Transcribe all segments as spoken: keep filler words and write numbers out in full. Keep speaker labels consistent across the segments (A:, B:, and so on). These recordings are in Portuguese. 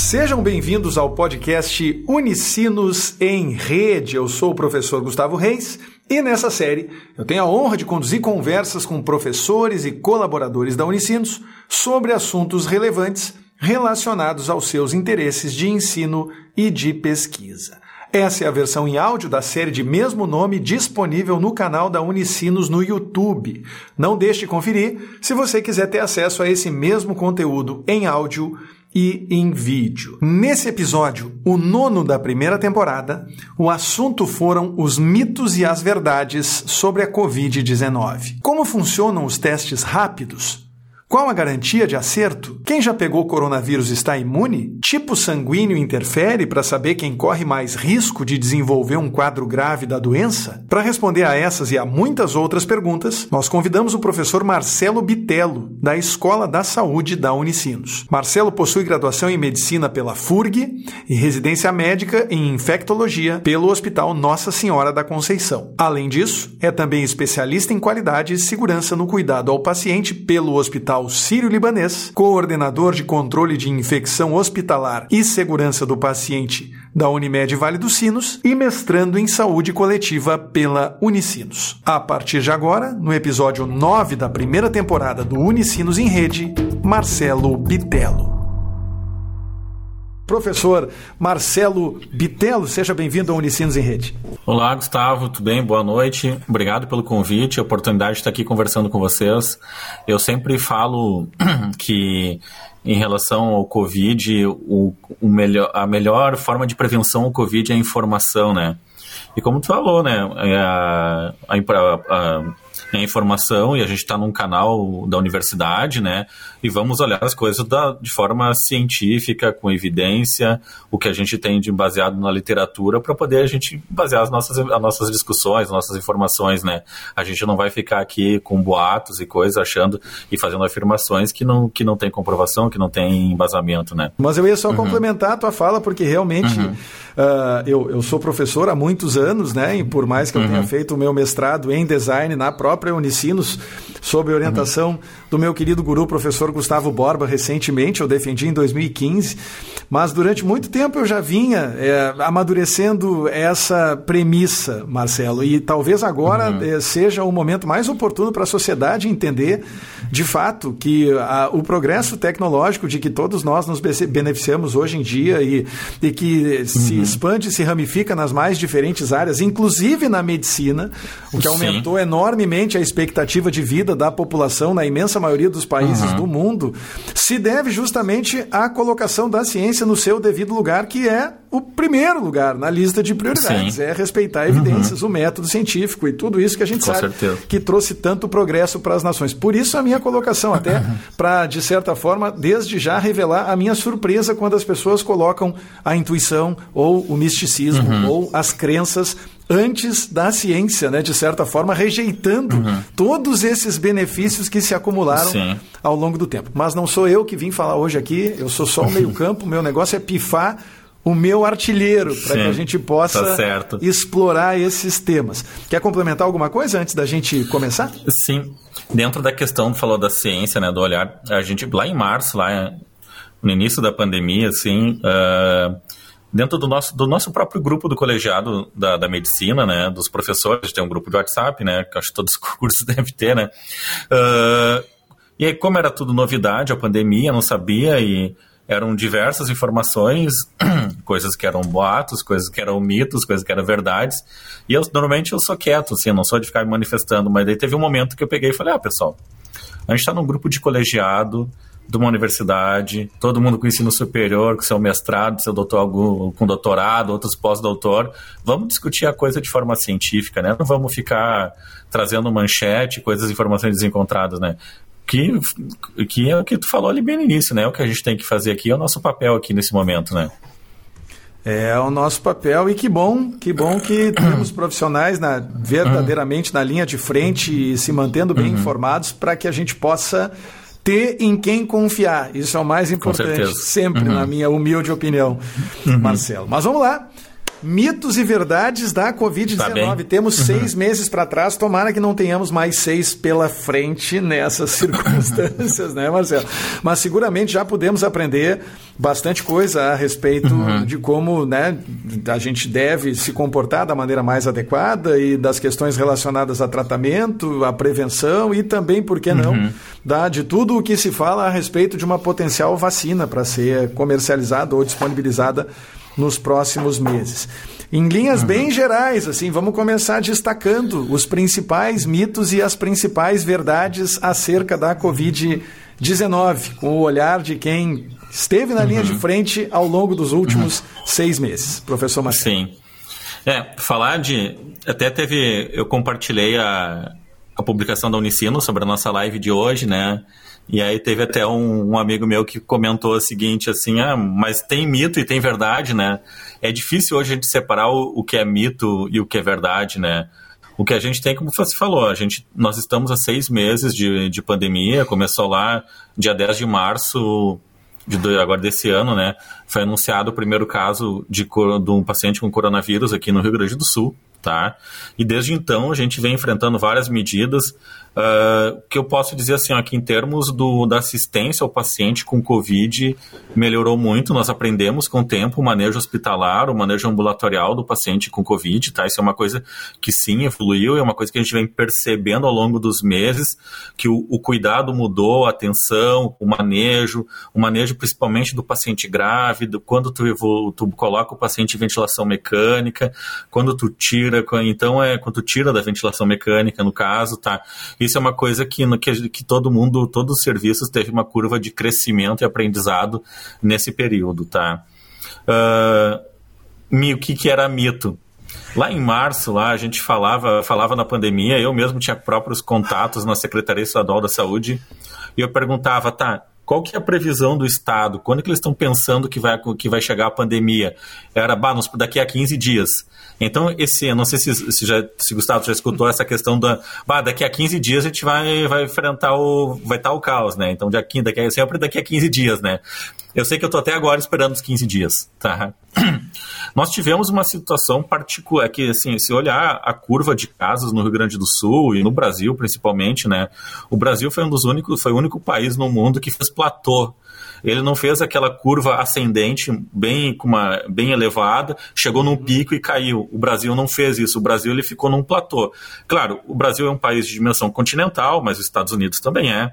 A: Sejam bem-vindos ao podcast Unicinos em Rede. Eu sou o professor Gustavo Reis e nessa série eu tenho a honra de conduzir conversas com professores e colaboradores da Unicinos sobre assuntos relevantes relacionados aos seus interesses de ensino e de pesquisa. Essa é a versão em áudio da série de mesmo nome disponível no canal da Unicinos no YouTube. Não deixe de conferir se você quiser ter acesso a esse mesmo conteúdo em áudio e em vídeo. Nesse episódio, o nono da primeira temporada, o assunto foram os mitos e as verdades sobre a covid dezenove. Como funcionam os testes rápidos? Qual a garantia de acerto? Quem já pegou coronavírus está imune? Tipo sanguíneo interfere para saber quem corre mais risco de desenvolver um quadro grave da doença? Para responder a essas e a muitas outras perguntas, nós convidamos o professor Marcelo Bitello, da Escola da Saúde da Unicinos. Marcelo possui graduação em Medicina pela F U R G e residência médica em Infectologia pelo Hospital Nossa Senhora da Conceição. Além disso, é também especialista em qualidade e segurança no cuidado ao paciente pelo Hospital Sírio-Libanês, coordenador de controle de infecção hospitalar e segurança do paciente da Unimed Vale dos Sinos e mestrando em saúde coletiva pela Unicinos. A partir de agora, no episódio nove da primeira temporada do Unicinos em Rede, Marcelo Bitello. Professor Marcelo Bitello, seja bem-vindo ao Unicinos em Rede.
B: Olá, Gustavo, tudo bem? Boa noite. Obrigado pelo convite, a oportunidade de estar aqui conversando com vocês. Eu sempre falo que, em relação ao Covid, o, o melhor, a melhor forma de prevenção ao Covid é a informação, né? E como tu falou, né, a, a, a, a informação, e a gente está num canal da universidade, né, e vamos olhar as coisas da, de forma científica, com evidência, o que a gente tem de baseado na literatura, para poder a gente basear as nossas, as nossas discussões, as nossas informações, né. A gente não vai ficar aqui com boatos e coisas, achando e fazendo afirmações que não, que não tem comprovação, que não tem embasamento, né.
A: Mas eu ia só uhum. complementar a tua fala, porque realmente uhum. uh, eu, eu sou professor há muitos anos, né, e por mais que eu uhum. tenha feito o meu mestrado em design na própria Unicinos, sob a orientação uhum. do meu querido guru, professor Gustavo Borba, recentemente, eu defendi em dois mil e quinze, mas durante muito tempo eu já vinha é, amadurecendo essa premissa, Marcelo, e talvez agora uhum. é, seja o momento mais oportuno para a sociedade entender, de fato, que a, o progresso tecnológico de que todos nós nos beneficiamos hoje em dia e, e que uhum. se expande, se ramifica nas mais diferentes áreas, inclusive na medicina, o que Sim. aumentou enormemente a expectativa de vida da população na imensa maioria dos países uhum. do mundo, se deve justamente à colocação da ciência no seu devido lugar, que é o primeiro lugar na lista de prioridades. Sim. É respeitar evidências, uhum. o método científico e tudo isso que a gente Com sabe certeza. que trouxe tanto progresso para as nações. Por isso a minha colocação, até uhum. para, de certa forma, desde já revelar a minha surpresa quando as pessoas colocam a intuição ou o misticismo uhum. ou as crenças antes da ciência, né, de certa forma, rejeitando uhum. todos esses benefícios que se acumularam Sim. ao longo do tempo. Mas não sou eu que vim falar hoje aqui, eu sou só o meio campo, meu negócio é pifar o meu artilheiro, para que a gente possa
B: tá
A: explorar esses temas. Quer complementar alguma coisa antes da gente começar?
B: Sim. Dentro da questão, falou da ciência, né, do olhar, a gente, lá em março, lá no início da pandemia, assim... Uh, dentro do nosso, do nosso próprio grupo do colegiado da, da medicina, né, dos professores, tem um grupo de WhatsApp, né, que acho que todos os cursos devem ter, né, uh, e aí como era tudo novidade, a pandemia, não sabia, e eram diversas informações, coisas que eram boatos, coisas que eram mitos, coisas que eram verdades, e eu, normalmente eu sou quieto, assim, eu não sou de ficar me manifestando, mas daí teve um momento que eu peguei e falei, ah, pessoal, a gente está num grupo de colegiado, de uma universidade, todo mundo com ensino superior, com seu mestrado, seu doutor, com doutorado, outros pós-doutor, vamos discutir a coisa de forma científica, né? Não vamos ficar trazendo manchete, coisas, informações desencontradas, né? Que, que é o que tu falou ali bem no início, né? O que a gente tem que fazer aqui é o nosso papel aqui nesse momento, né?
A: É o nosso papel, e que bom, que bom que temos profissionais na, verdadeiramente na linha de frente e se mantendo bem uhum. informados para que a gente possa ter em quem confiar. Isso é o mais importante, sempre, uhum. na minha humilde opinião, uhum. Marcelo. Mas vamos lá. Mitos e verdades da covid dezenove. Tá, temos uhum. seis meses para trás, tomara que não tenhamos mais seis pela frente nessas circunstâncias, né, Marcelo? Mas seguramente já podemos aprender bastante coisa a respeito uhum. de como, né, a gente deve se comportar da maneira mais adequada e das questões relacionadas a tratamento, a prevenção e também, por que não, uhum. da, de tudo o que se fala a respeito de uma potencial vacina para ser comercializada ou disponibilizada nos próximos meses. Em linhas uhum. bem gerais, assim, vamos começar destacando os principais mitos e as principais verdades acerca da covid dezenove, com o olhar de quem esteve na uhum. linha de frente ao longo dos últimos uhum. seis meses. Professor Marcelo.
B: Sim. É, falar de... Até teve... Eu compartilhei a, a publicação da Unicino sobre a nossa live de hoje, né? E aí teve até um, um amigo meu que comentou o seguinte, assim, ah, mas tem mito e tem verdade, né? É difícil hoje a gente separar o, o que é mito e o que é verdade, né? O que a gente tem, como você falou, a gente, nós estamos há seis meses de, de pandemia, começou lá dia dez de março de, agora desse ano, né? Foi anunciado o primeiro caso de, de um paciente com coronavírus aqui no Rio Grande do Sul, tá? E desde então a gente vem enfrentando várias medidas. Uh, que eu posso dizer assim, ó, que em termos do, da assistência ao paciente com Covid melhorou muito, nós aprendemos com o tempo o manejo hospitalar, o manejo ambulatorial do paciente com Covid, tá? Isso é uma coisa que sim evoluiu, é uma coisa que a gente vem percebendo ao longo dos meses, que o, o cuidado mudou, a atenção, o manejo, o manejo principalmente do paciente grávido, quando tu, tu coloca o paciente em ventilação mecânica, quando tu tira, então é quando tu tira da ventilação mecânica, no caso, tá? Isso é uma coisa que, no, que, que todo mundo, todos os serviços teve uma curva de crescimento e aprendizado nesse período, tá? Uh, o que, que era mito? Lá em março, lá a gente falava, falava na pandemia, eu mesmo tinha próprios contatos na Secretaria Estadual da Saúde, e eu perguntava, tá, qual que é a previsão do Estado? Quando que eles estão pensando que vai, que vai chegar a pandemia? Era, bah, nos, daqui a quinze dias. Então, esse, eu não sei se, se, já, se Gustavo já escutou essa questão da, bah, daqui a quinze dias a gente vai, vai enfrentar o, vai estar o caos, né? Então, daqui, daqui, sempre daqui a quinze dias, né? Eu sei que eu estou até agora esperando os quinze dias, tá? Nós tivemos uma situação particular, que, assim, se olhar a curva de casos no Rio Grande do Sul e no Brasil, principalmente, né? O Brasil foi um dos únicos, foi o único país no mundo que fez platô. Ele não fez aquela curva ascendente bem, com uma, bem elevada, chegou num pico e caiu. O Brasil não fez isso. O Brasil ele ficou num platô. Claro, o Brasil é um país de dimensão continental, mas os Estados Unidos também é.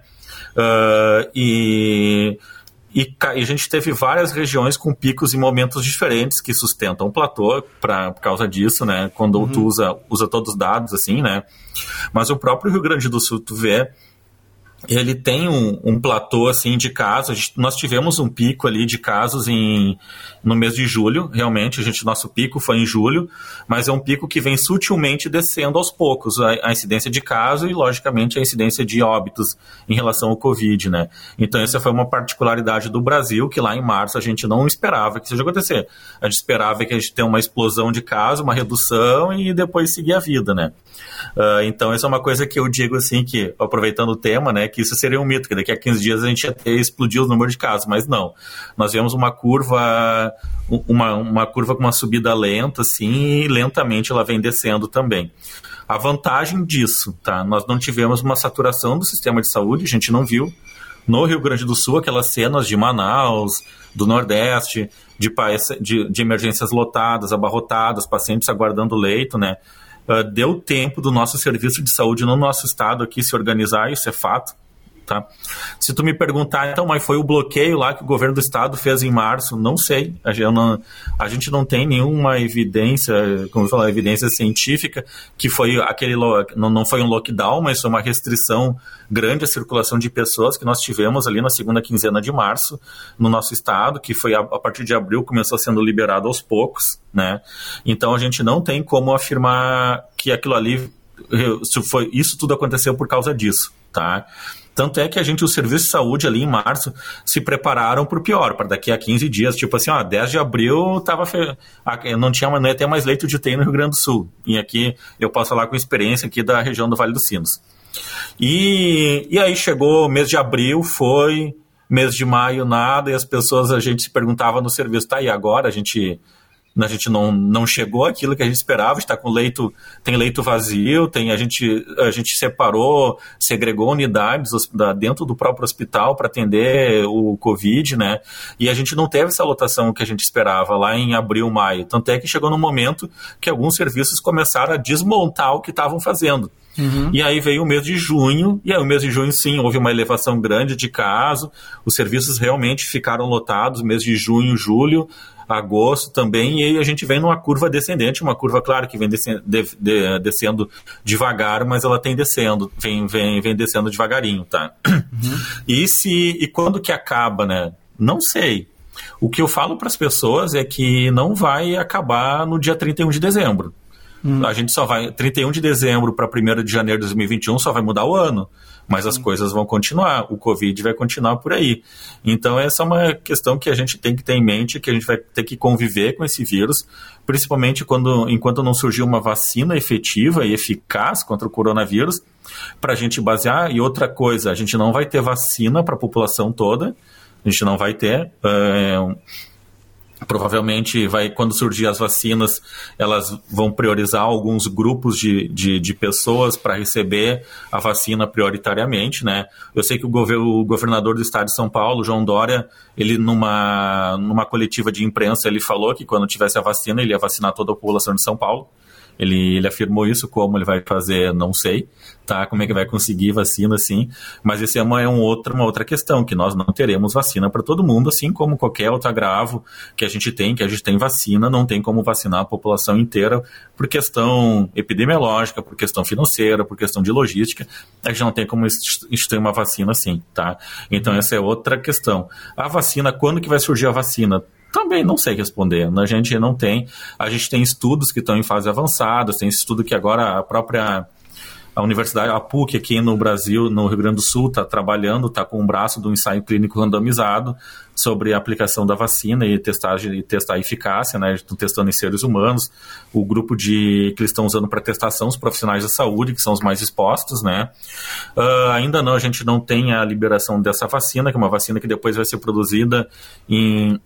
B: Uh, e... E a gente teve várias regiões com picos e momentos diferentes que sustentam o platô pra, por causa disso, né? Quando uhum. tu usa, usa todos os dados, assim, né? Mas o próprio Rio Grande do Sul, tu vê, ele tem um, um platô, assim, de casos. A gente, nós tivemos um pico ali de casos em, no mês de julho, realmente. A gente, nosso pico foi em julho, mas é um pico que vem sutilmente descendo aos poucos. A, a incidência de casos e, logicamente, a incidência de óbitos em relação ao Covid, né? Então, essa foi uma particularidade do Brasil, que lá em março a gente não esperava que isso ia acontecer. A gente esperava que a gente tenha uma explosão de casos, uma redução e depois seguir a vida, né? Uh, então, essa é uma coisa que eu digo assim, que, aproveitando o tema, né, que isso seria um mito, que daqui a quinze dias a gente ia ter explodido o número de casos, mas não. Nós vemos uma curva, uma, uma curva com uma subida lenta, assim, e lentamente ela vem descendo também. A vantagem disso, tá? Nós não tivemos uma saturação do sistema de saúde, a gente não viu. No Rio Grande do Sul, aquelas cenas de Manaus, do Nordeste, de, de, de emergências lotadas, abarrotadas, pacientes aguardando leito, né? Uh, deu tempo do nosso serviço de saúde no nosso estado aqui se organizar, isso é fato, tá? Se tu me perguntar, então, mas foi o bloqueio lá que o governo do estado fez em março, não sei, a gente não, a gente não tem nenhuma evidência, como eu falar, evidência científica, que foi aquele, não, não foi um lockdown, mas foi uma restrição grande à circulação de pessoas que nós tivemos ali na segunda quinzena de março no nosso estado, que foi a, a partir de abril começou sendo liberado aos poucos, né? Então a gente não tem como afirmar que aquilo ali, isso, foi, isso tudo aconteceu por causa disso, tá? Tanto é que a gente, o serviço de saúde ali em março, se prepararam para o pior, para daqui a quinze dias, tipo assim, ó, dez de abril tava fe... não tinha não ia ter mais leito de U T I no Rio Grande do Sul. E aqui eu posso falar com experiência aqui da região do Vale dos Sinos. E, e aí chegou mês de abril, foi mês de maio, nada, e as pessoas, a gente se perguntava no serviço, tá, e agora a gente a gente não, não chegou àquilo que a gente esperava, está com leito, tem leito vazio, tem, a, gente, a gente separou, segregou unidades dentro do próprio hospital para atender o Covid, né? E a gente não teve essa lotação que a gente esperava lá em abril, maio. Tanto é que chegou no momento que alguns serviços começaram a desmontar o que estavam fazendo. Uhum. E aí veio o mês de junho, e aí o mês de junho sim, houve uma elevação grande de casos, os serviços realmente ficaram lotados, mês de junho, julho, agosto também, e aí a gente vem numa curva descendente, uma curva, claro, que vem descendo, de, de, descendo devagar, mas ela tem descendo, vem, vem, vem descendo devagarinho, tá? Uhum. E, se, e quando que acaba, né? Não sei. O que eu falo para as pessoas é que não vai acabar no dia trinta e um de dezembro. Uhum. A gente só vai, trinta e um de dezembro para primeiro de janeiro de dois mil e vinte e um só vai mudar o ano. Mas as coisas vão continuar, o Covid vai continuar por aí. Então essa é uma questão que a gente tem que ter em mente, que a gente vai ter que conviver com esse vírus, principalmente quando, enquanto não surgir uma vacina efetiva e eficaz contra o coronavírus, para a gente basear. E outra coisa, a gente não vai ter vacina para a população toda, a gente não vai ter... É, provavelmente vai, quando surgir as vacinas, elas vão priorizar alguns grupos de, de, de pessoas para receber a vacina prioritariamente, né? Eu sei que o, gover- o governador do estado de São Paulo, João Dória, ele numa, numa coletiva de imprensa, ele falou que quando tivesse a vacina, ele ia vacinar toda a população de São Paulo. Ele, ele afirmou isso, como ele vai fazer, não sei, tá? Como é que vai conseguir vacina, assim, mas esse é uma, é um outra, uma outra questão, que nós não teremos vacina para todo mundo, assim como qualquer outro agravo que a gente tem, que a gente tem vacina, não tem como vacinar a população inteira por questão epidemiológica, por questão financeira, por questão de logística, a gente não tem como instituir uma vacina assim, tá? Então essa é outra questão. A vacina, quando que vai surgir a vacina? Também não sei responder, a gente não tem, a gente tem estudos que estão em fase avançada, tem estudo que agora a própria a universidade, a P U C aqui no Brasil, no Rio Grande do Sul, está trabalhando, está com um braço do ensaio clínico randomizado sobre a aplicação da vacina e testar, e testar a eficácia, né? Estão testando em seres humanos. O grupo de, que eles estão usando para testação, os profissionais da saúde, que são os mais expostos, né? Uh, ainda não, a gente não tem a liberação dessa vacina, que é uma vacina que depois vai ser produzida em,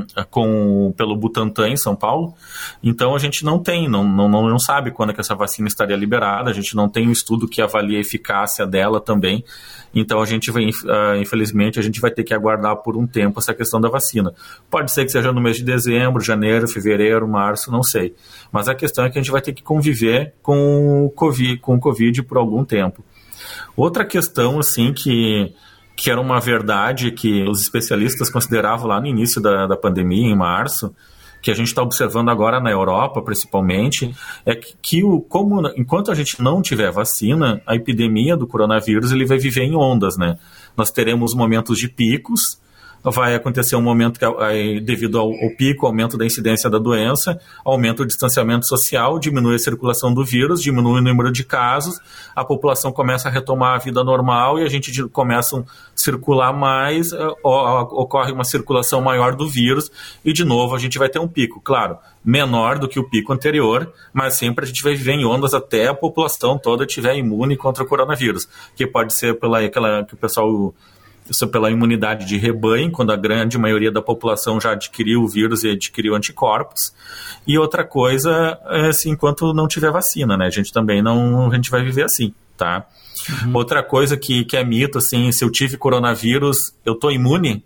B: com, pelo Butantan em São Paulo. Então a gente não tem, não, não, não sabe quando é que essa vacina estaria liberada, a gente não tem um estudo que avalie a eficácia dela também. Então a gente vai, uh, infelizmente, a gente vai ter que aguardar por um tempo essa questão da vacina. Pode ser que seja no mês de dezembro, janeiro, fevereiro, março, não sei. Mas a questão é que a gente vai ter que conviver com o COVID, com o COVID por algum tempo. Outra questão, assim, que, que era uma verdade que os especialistas consideravam lá no início da, da pandemia, em março, que a gente está observando agora na Europa, principalmente, é que, que o, como, enquanto a gente não tiver vacina, a epidemia do coronavírus ele vai viver em ondas, né? Nós teremos momentos de picos, vai acontecer um momento que, devido ao, ao pico, aumento da incidência da doença, aumenta o distanciamento social, diminui a circulação do vírus, diminui o número de casos, a população começa a retomar a vida normal e a gente começa a circular mais, ocorre uma circulação maior do vírus e, de novo, a gente vai ter um pico, claro, menor do que o pico anterior, mas sempre a gente vai viver em ondas até a população toda estiver imune contra o coronavírus, que pode ser pela aquela que o pessoal... Isso pela imunidade de rebanho, quando a grande maioria da população já adquiriu o vírus e adquiriu anticorpos. E outra coisa, é assim, enquanto não tiver vacina, né? A gente também não, a gente vai viver assim, tá? Uhum. Outra coisa que, que é mito, assim, se eu tive coronavírus, eu tô imune?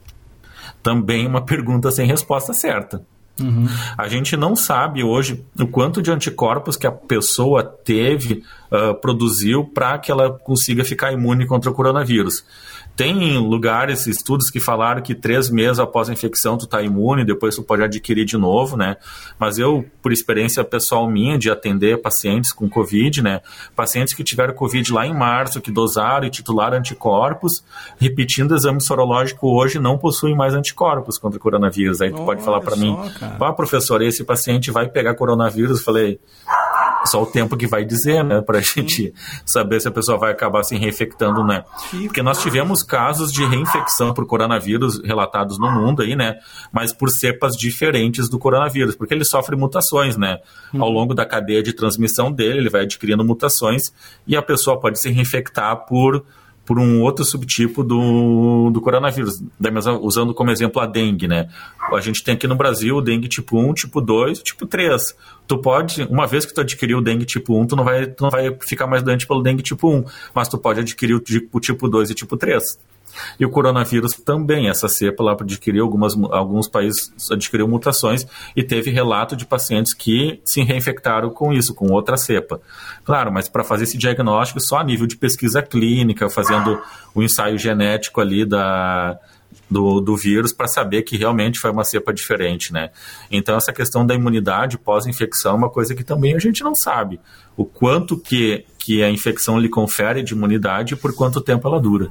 B: Também uma pergunta sem resposta certa. Uhum. A gente não sabe hoje o quanto de anticorpos que a pessoa teve, uh, produziu para que ela consiga ficar imune contra o coronavírus. Tem lugares, estudos que falaram que três meses após a infecção tu tá imune, depois tu pode adquirir de novo, né? Mas eu, por experiência pessoal minha de atender pacientes com Covid, né? Pacientes que tiveram Covid lá em março, que dosaram e titularam anticorpos, repetindo o exame sorológico hoje, não possuem mais anticorpos contra o coronavírus. Aí tu Olha pode falar para mim, ah, professor, esse paciente vai pegar coronavírus? Eu falei... Só o tempo que vai dizer, né, pra gente saber se a pessoa vai acabar se reinfectando, né? Porque nós tivemos casos de reinfecção por coronavírus relatados no mundo aí, né? Mas por cepas diferentes do coronavírus, porque ele sofre mutações, né? Ao longo da cadeia de transmissão dele, ele vai adquirindo mutações e a pessoa pode se reinfectar por, por um outro subtipo do, do coronavírus. Da mesma, usando como exemplo a dengue, né? A gente tem aqui no Brasil o dengue tipo um, tipo dois, tipo três. Tu pode, uma vez que tu adquirir o dengue tipo um, tu não vai, tu não vai ficar mais doente pelo dengue tipo um, mas tu pode adquirir o tipo, tipo dois e tipo três. E o coronavírus também, essa cepa lá adquiriu, algumas, alguns países adquiriu mutações e teve relato de pacientes que se reinfectaram com isso, com outra cepa. Claro, mas para fazer esse diagnóstico só a nível de pesquisa clínica, fazendo o ensaio genético ali da, do, do vírus para saber que realmente foi uma cepa diferente, né? Então essa questão da imunidade pós-infecção é uma coisa que também a gente não sabe. O quanto que, que a infecção lhe confere de imunidade e por quanto tempo ela dura.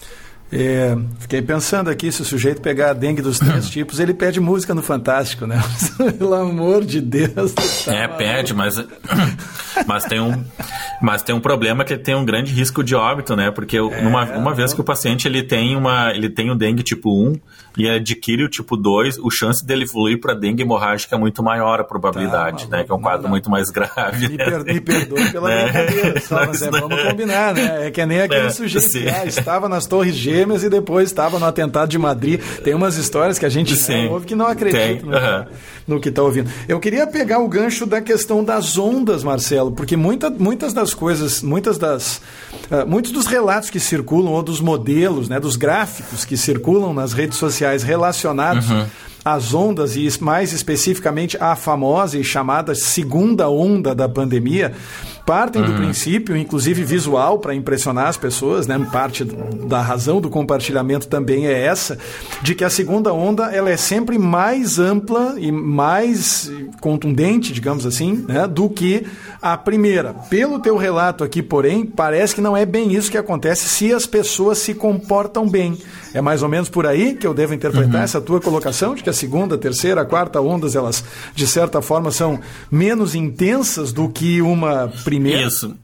A: É, fiquei pensando aqui, se o sujeito pegar a dengue dos três tipos, ele pede música no Fantástico, né? Pelo amor de Deus. Tá
B: é, maluco. Pede, mas, mas, tem um, mas tem um problema que ele tem um grande risco de óbito, né? Porque é, uma, uma vez que o paciente ele tem, uma, ele tem o dengue tipo um e adquire o tipo dois, o chance dele evoluir para dengue hemorrágica é muito maior a probabilidade, tá, né? Que é um quadro não, não. muito mais grave.
A: Me, per, me perdoe pela é, brincadeira, só, mas é, vamos combinar, né? É que nem aquele é, sujeito sim. que ah, estava nas Torres Gêmeas e depois estava no atentado de Madrid. Tem umas histórias que a gente né, ouve que não acredita no, uhum. no que está ouvindo. Eu queria pegar o gancho da questão das ondas, Marcelo, porque muita, muitas das coisas, muitas das, uh, muitos dos relatos que circulam, ou dos modelos, né, dos gráficos que circulam nas redes sociais relacionados uhum. às ondas e mais especificamente à famosa e chamada segunda onda da pandemia, partem uhum. do princípio, inclusive visual, para impressionar as pessoas, né? Parte da razão do compartilhamento também é essa, de que a segunda onda ela é sempre mais ampla e mais contundente, digamos assim, né? do que a primeira. Pelo teu relato aqui, porém, parece que não é bem isso que acontece se as pessoas se comportam bem. É mais ou menos por aí que eu devo interpretar uhum. essa tua colocação, de que a segunda, terceira, quarta ondas, elas, de certa forma, são menos intensas do que uma primeira?
B: Isso.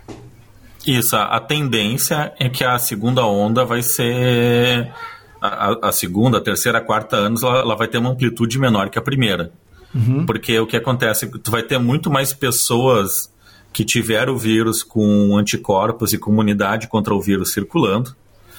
B: Isso. A, a tendência é que a segunda onda vai ser... A, a segunda, a terceira, a quarta anos, ela, ela vai ter uma amplitude menor que a primeira. Uhum. Porque o que acontece é que tu vai ter muito mais pessoas que tiveram o vírus com anticorpos e com imunidade contra o vírus circulando,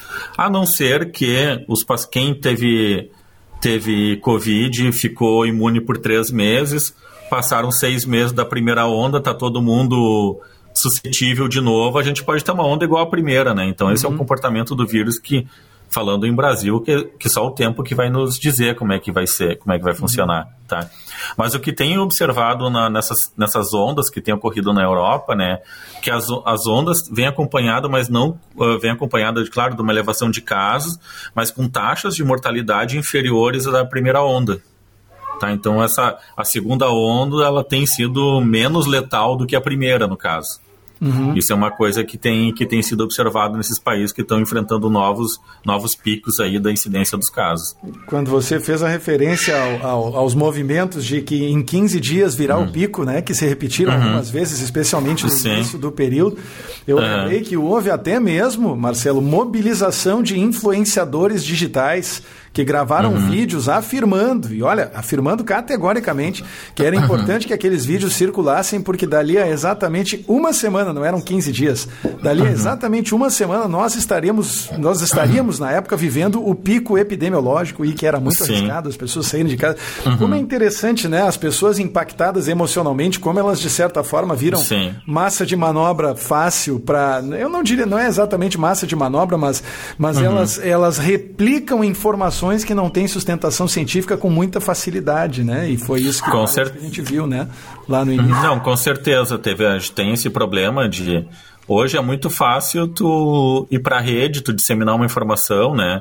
B: a não ser que os, quem teve, teve Covid ficou imune por três meses, passaram seis meses da primeira onda, está todo mundo suscetível de novo, a gente pode ter uma onda igual à primeira, né? Então esse uhum. é um comportamento do vírus que, falando em Brasil, que, que só o tempo que vai nos dizer como é que vai ser, como é que vai funcionar, tá? Mas o que tem observado na, nessas, nessas ondas que tem ocorrido na Europa, né, que as, as ondas vêm acompanhadas, mas não uh, vêm acompanhadas, claro, de uma elevação de casos, mas com taxas de mortalidade inferiores à da primeira onda. Tá? Então essa, a segunda onda ela tem sido menos letal do que a primeira, no caso. Uhum. Isso é uma coisa que tem, que tem sido observado nesses países que estão enfrentando novos, novos picos aí da incidência dos casos.
A: Quando você fez a referência ao, ao, aos movimentos de que em quinze dias virá uhum. o pico, né, que se repetiram uhum. algumas vezes, especialmente no Sim. início do período, eu uhum. lembrei que houve até mesmo, Marcelo, mobilização de influenciadores digitais que gravaram uhum. vídeos afirmando, e olha, afirmando categoricamente que era importante uhum. que aqueles vídeos circulassem, porque dali a exatamente uma semana, não eram quinze dias, dali a exatamente uma semana nós estaríamos, nós estaríamos na época vivendo o pico epidemiológico e que era muito Sim. arriscado, as pessoas saírem de casa. Uhum. Como é interessante, né? As pessoas impactadas emocionalmente, como elas de certa forma viram Sim. massa de manobra fácil para, eu não diria, não é exatamente massa de manobra, mas, mas uhum. elas, elas replicam informações que não têm sustentação científica com muita facilidade, né? E foi isso que,
B: com
A: cer- que a gente viu, né? Lá no início.
B: Não, com certeza. Teve, a gente tem esse problema de... Hoje é muito fácil tu ir para a rede, tu disseminar uma informação, né?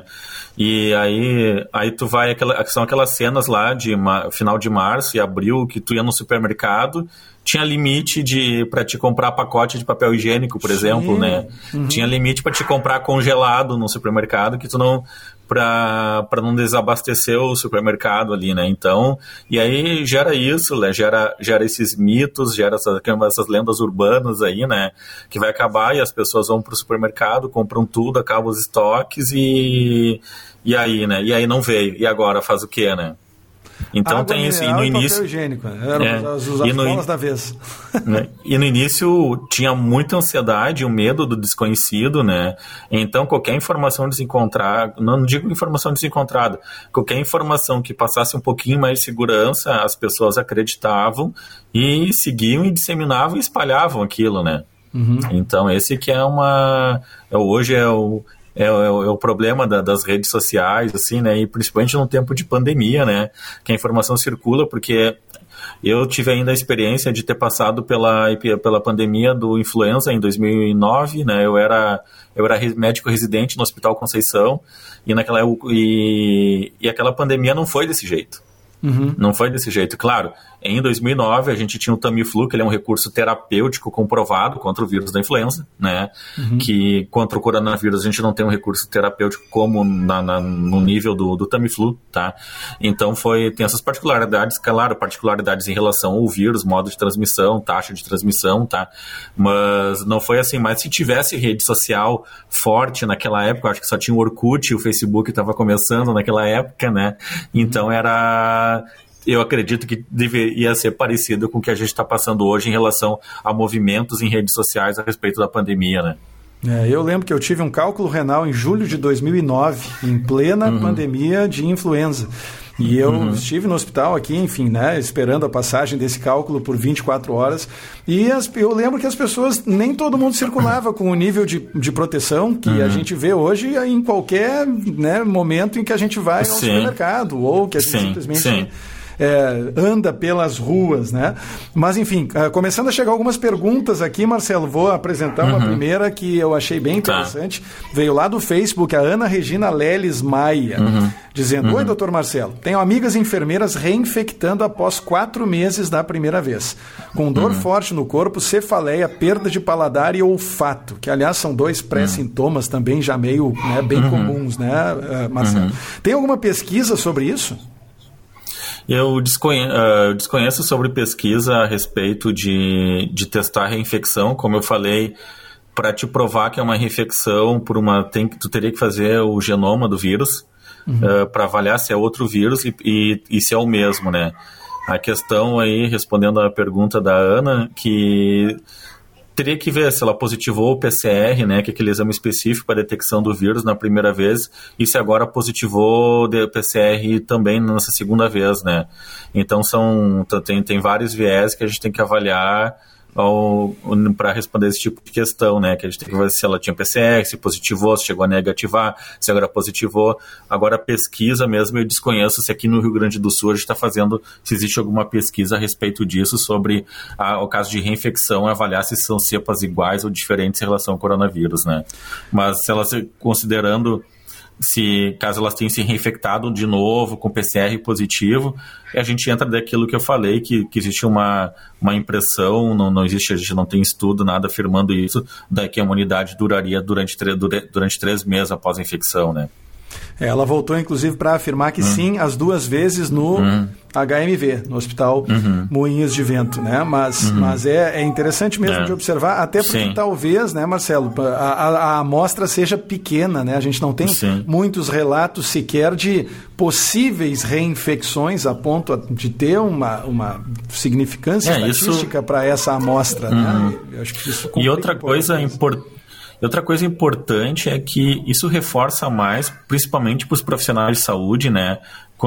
B: E aí, aí tu vai... Aquela, são aquelas cenas lá de ma, final de março e abril que tu ia no supermercado, tinha limite de para te comprar pacote de papel higiênico, por Sim. exemplo, né? Uhum. Tinha limite para te comprar congelado no supermercado, que tu não... para não desabastecer o supermercado ali, né? Então, e aí gera isso, né? Gera, gera esses mitos, gera essas, essas lendas urbanas aí, né? Que vai acabar e as pessoas vão pro supermercado, compram tudo, acabam os estoques e, e aí, né? E aí não veio. E agora faz o quê, né? Então
A: água
B: tem isso. E
A: mineral
B: no
A: e
B: início.
A: Papel higiênico. Eram
B: É,
A: as, as
B: e no
A: bolas
B: in-
A: da vez.
B: né? E no início tinha muita ansiedade, o medo do desconhecido, né? Então qualquer informação desencontrada, não digo informação desencontrada, qualquer informação que passasse um pouquinho mais de segurança, as pessoas acreditavam e seguiam e disseminavam e espalhavam aquilo, né? Uhum. Então esse que é uma... Hoje é o... É, é, é o problema da, das redes sociais, assim, né? E principalmente num tempo de pandemia, né? Que a informação circula, porque eu tive ainda a experiência de ter passado pela, pela pandemia do influenza em dois mil e nove, né? Eu era, eu era médico residente no Hospital Conceição e, naquela, e, e aquela pandemia não foi desse jeito. Uhum. Não foi desse jeito. Claro, em dois mil e nove a gente tinha o Tamiflu, que ele é um recurso terapêutico comprovado contra o vírus da influenza, né? Uhum. Que contra o coronavírus a gente não tem um recurso terapêutico como na, na, no nível do, do Tamiflu, tá? Então foi, tem essas particularidades, claro, particularidades em relação ao vírus, modo de transmissão, taxa de transmissão, tá? Mas não foi assim, mas se tivesse rede social forte naquela época, eu acho que só tinha o Orkut, o Facebook estava começando naquela época, né? Então era... Eu acredito que deveria ser parecido com o que a gente está passando hoje em relação a movimentos em redes sociais a respeito da pandemia, né?
A: É, eu lembro que eu tive um cálculo renal em julho de dois mil e nove, em plena uhum. pandemia de influenza. E eu uhum. estive no hospital aqui, enfim, né, esperando a passagem desse cálculo por vinte e quatro horas. E as, eu lembro que as pessoas, nem todo mundo circulava com o nível de, de proteção que uhum. a gente vê hoje em qualquer, né, momento em que a gente vai ao
B: sim.
A: supermercado ou que a gente sim, simplesmente...
B: Sim.
A: É, anda pelas ruas, né? Mas, enfim, uh, começando a chegar algumas perguntas aqui, Marcelo, vou apresentar uma uhum. primeira que eu achei bem interessante. Tá. Veio lá do Facebook, a Ana Regina Leles Maia, uhum. dizendo, uhum. Oi, doutor Marcelo, tenho amigas enfermeiras reinfectando após quatro meses da primeira vez, com dor uhum. forte no corpo, cefaleia, perda de paladar e olfato, que, aliás, são dois pré-sintomas também já meio, né, bem uhum. comuns, né, uh, Marcelo? Uhum. Tem alguma pesquisa sobre isso?
B: Eu desconheço, uh, desconheço sobre pesquisa a respeito de, de testar reinfecção. Como eu falei, para te provar que é uma reinfecção, por uma, tem, tu teria que fazer o genoma do vírus uhum. uh, para avaliar se é outro vírus e, e, e se é o mesmo, né? A questão aí, respondendo à pergunta da Ana, que teria que ver se ela positivou o P C R, né, que é aquele exame específico para detecção do vírus na primeira vez, e se agora positivou o P C R também nessa segunda vez, né. Então são, tem, tem vários viés que a gente tem que avaliar para responder esse tipo de questão, né, que a gente tem que ver se ela tinha P C R, se positivou, se chegou a negativar, se agora positivou. Agora a pesquisa mesmo, eu desconheço se aqui no Rio Grande do Sul a gente está fazendo, se existe alguma pesquisa a respeito disso, sobre a, o caso de reinfecção, avaliar se são cepas iguais ou diferentes em relação ao coronavírus, né. Mas se ela se considerando, se caso elas tenham se reinfectado de novo com P C R positivo, a gente entra daquilo que eu falei, que, que existe uma, uma impressão, não, não existe, a gente não tem estudo, nada afirmando isso, da que a imunidade duraria durante, durante três meses após a infecção, né?
A: Ela voltou, inclusive, para afirmar que hum. sim, as duas vezes no hum. H M V, no Hospital uhum. Moinhos de Vento, né? Mas, uhum. mas é, é interessante mesmo é. de observar, até porque sim. talvez, né, Marcelo, a, a, a amostra seja pequena, né? A gente não tem sim. muitos relatos sequer de possíveis reinfecções a ponto de ter uma, uma significância é, estatística isso... para essa amostra, uhum. né? Eu acho que isso
B: e outra coisa importante. Outra coisa importante é que isso reforça mais, principalmente para os profissionais de saúde, né,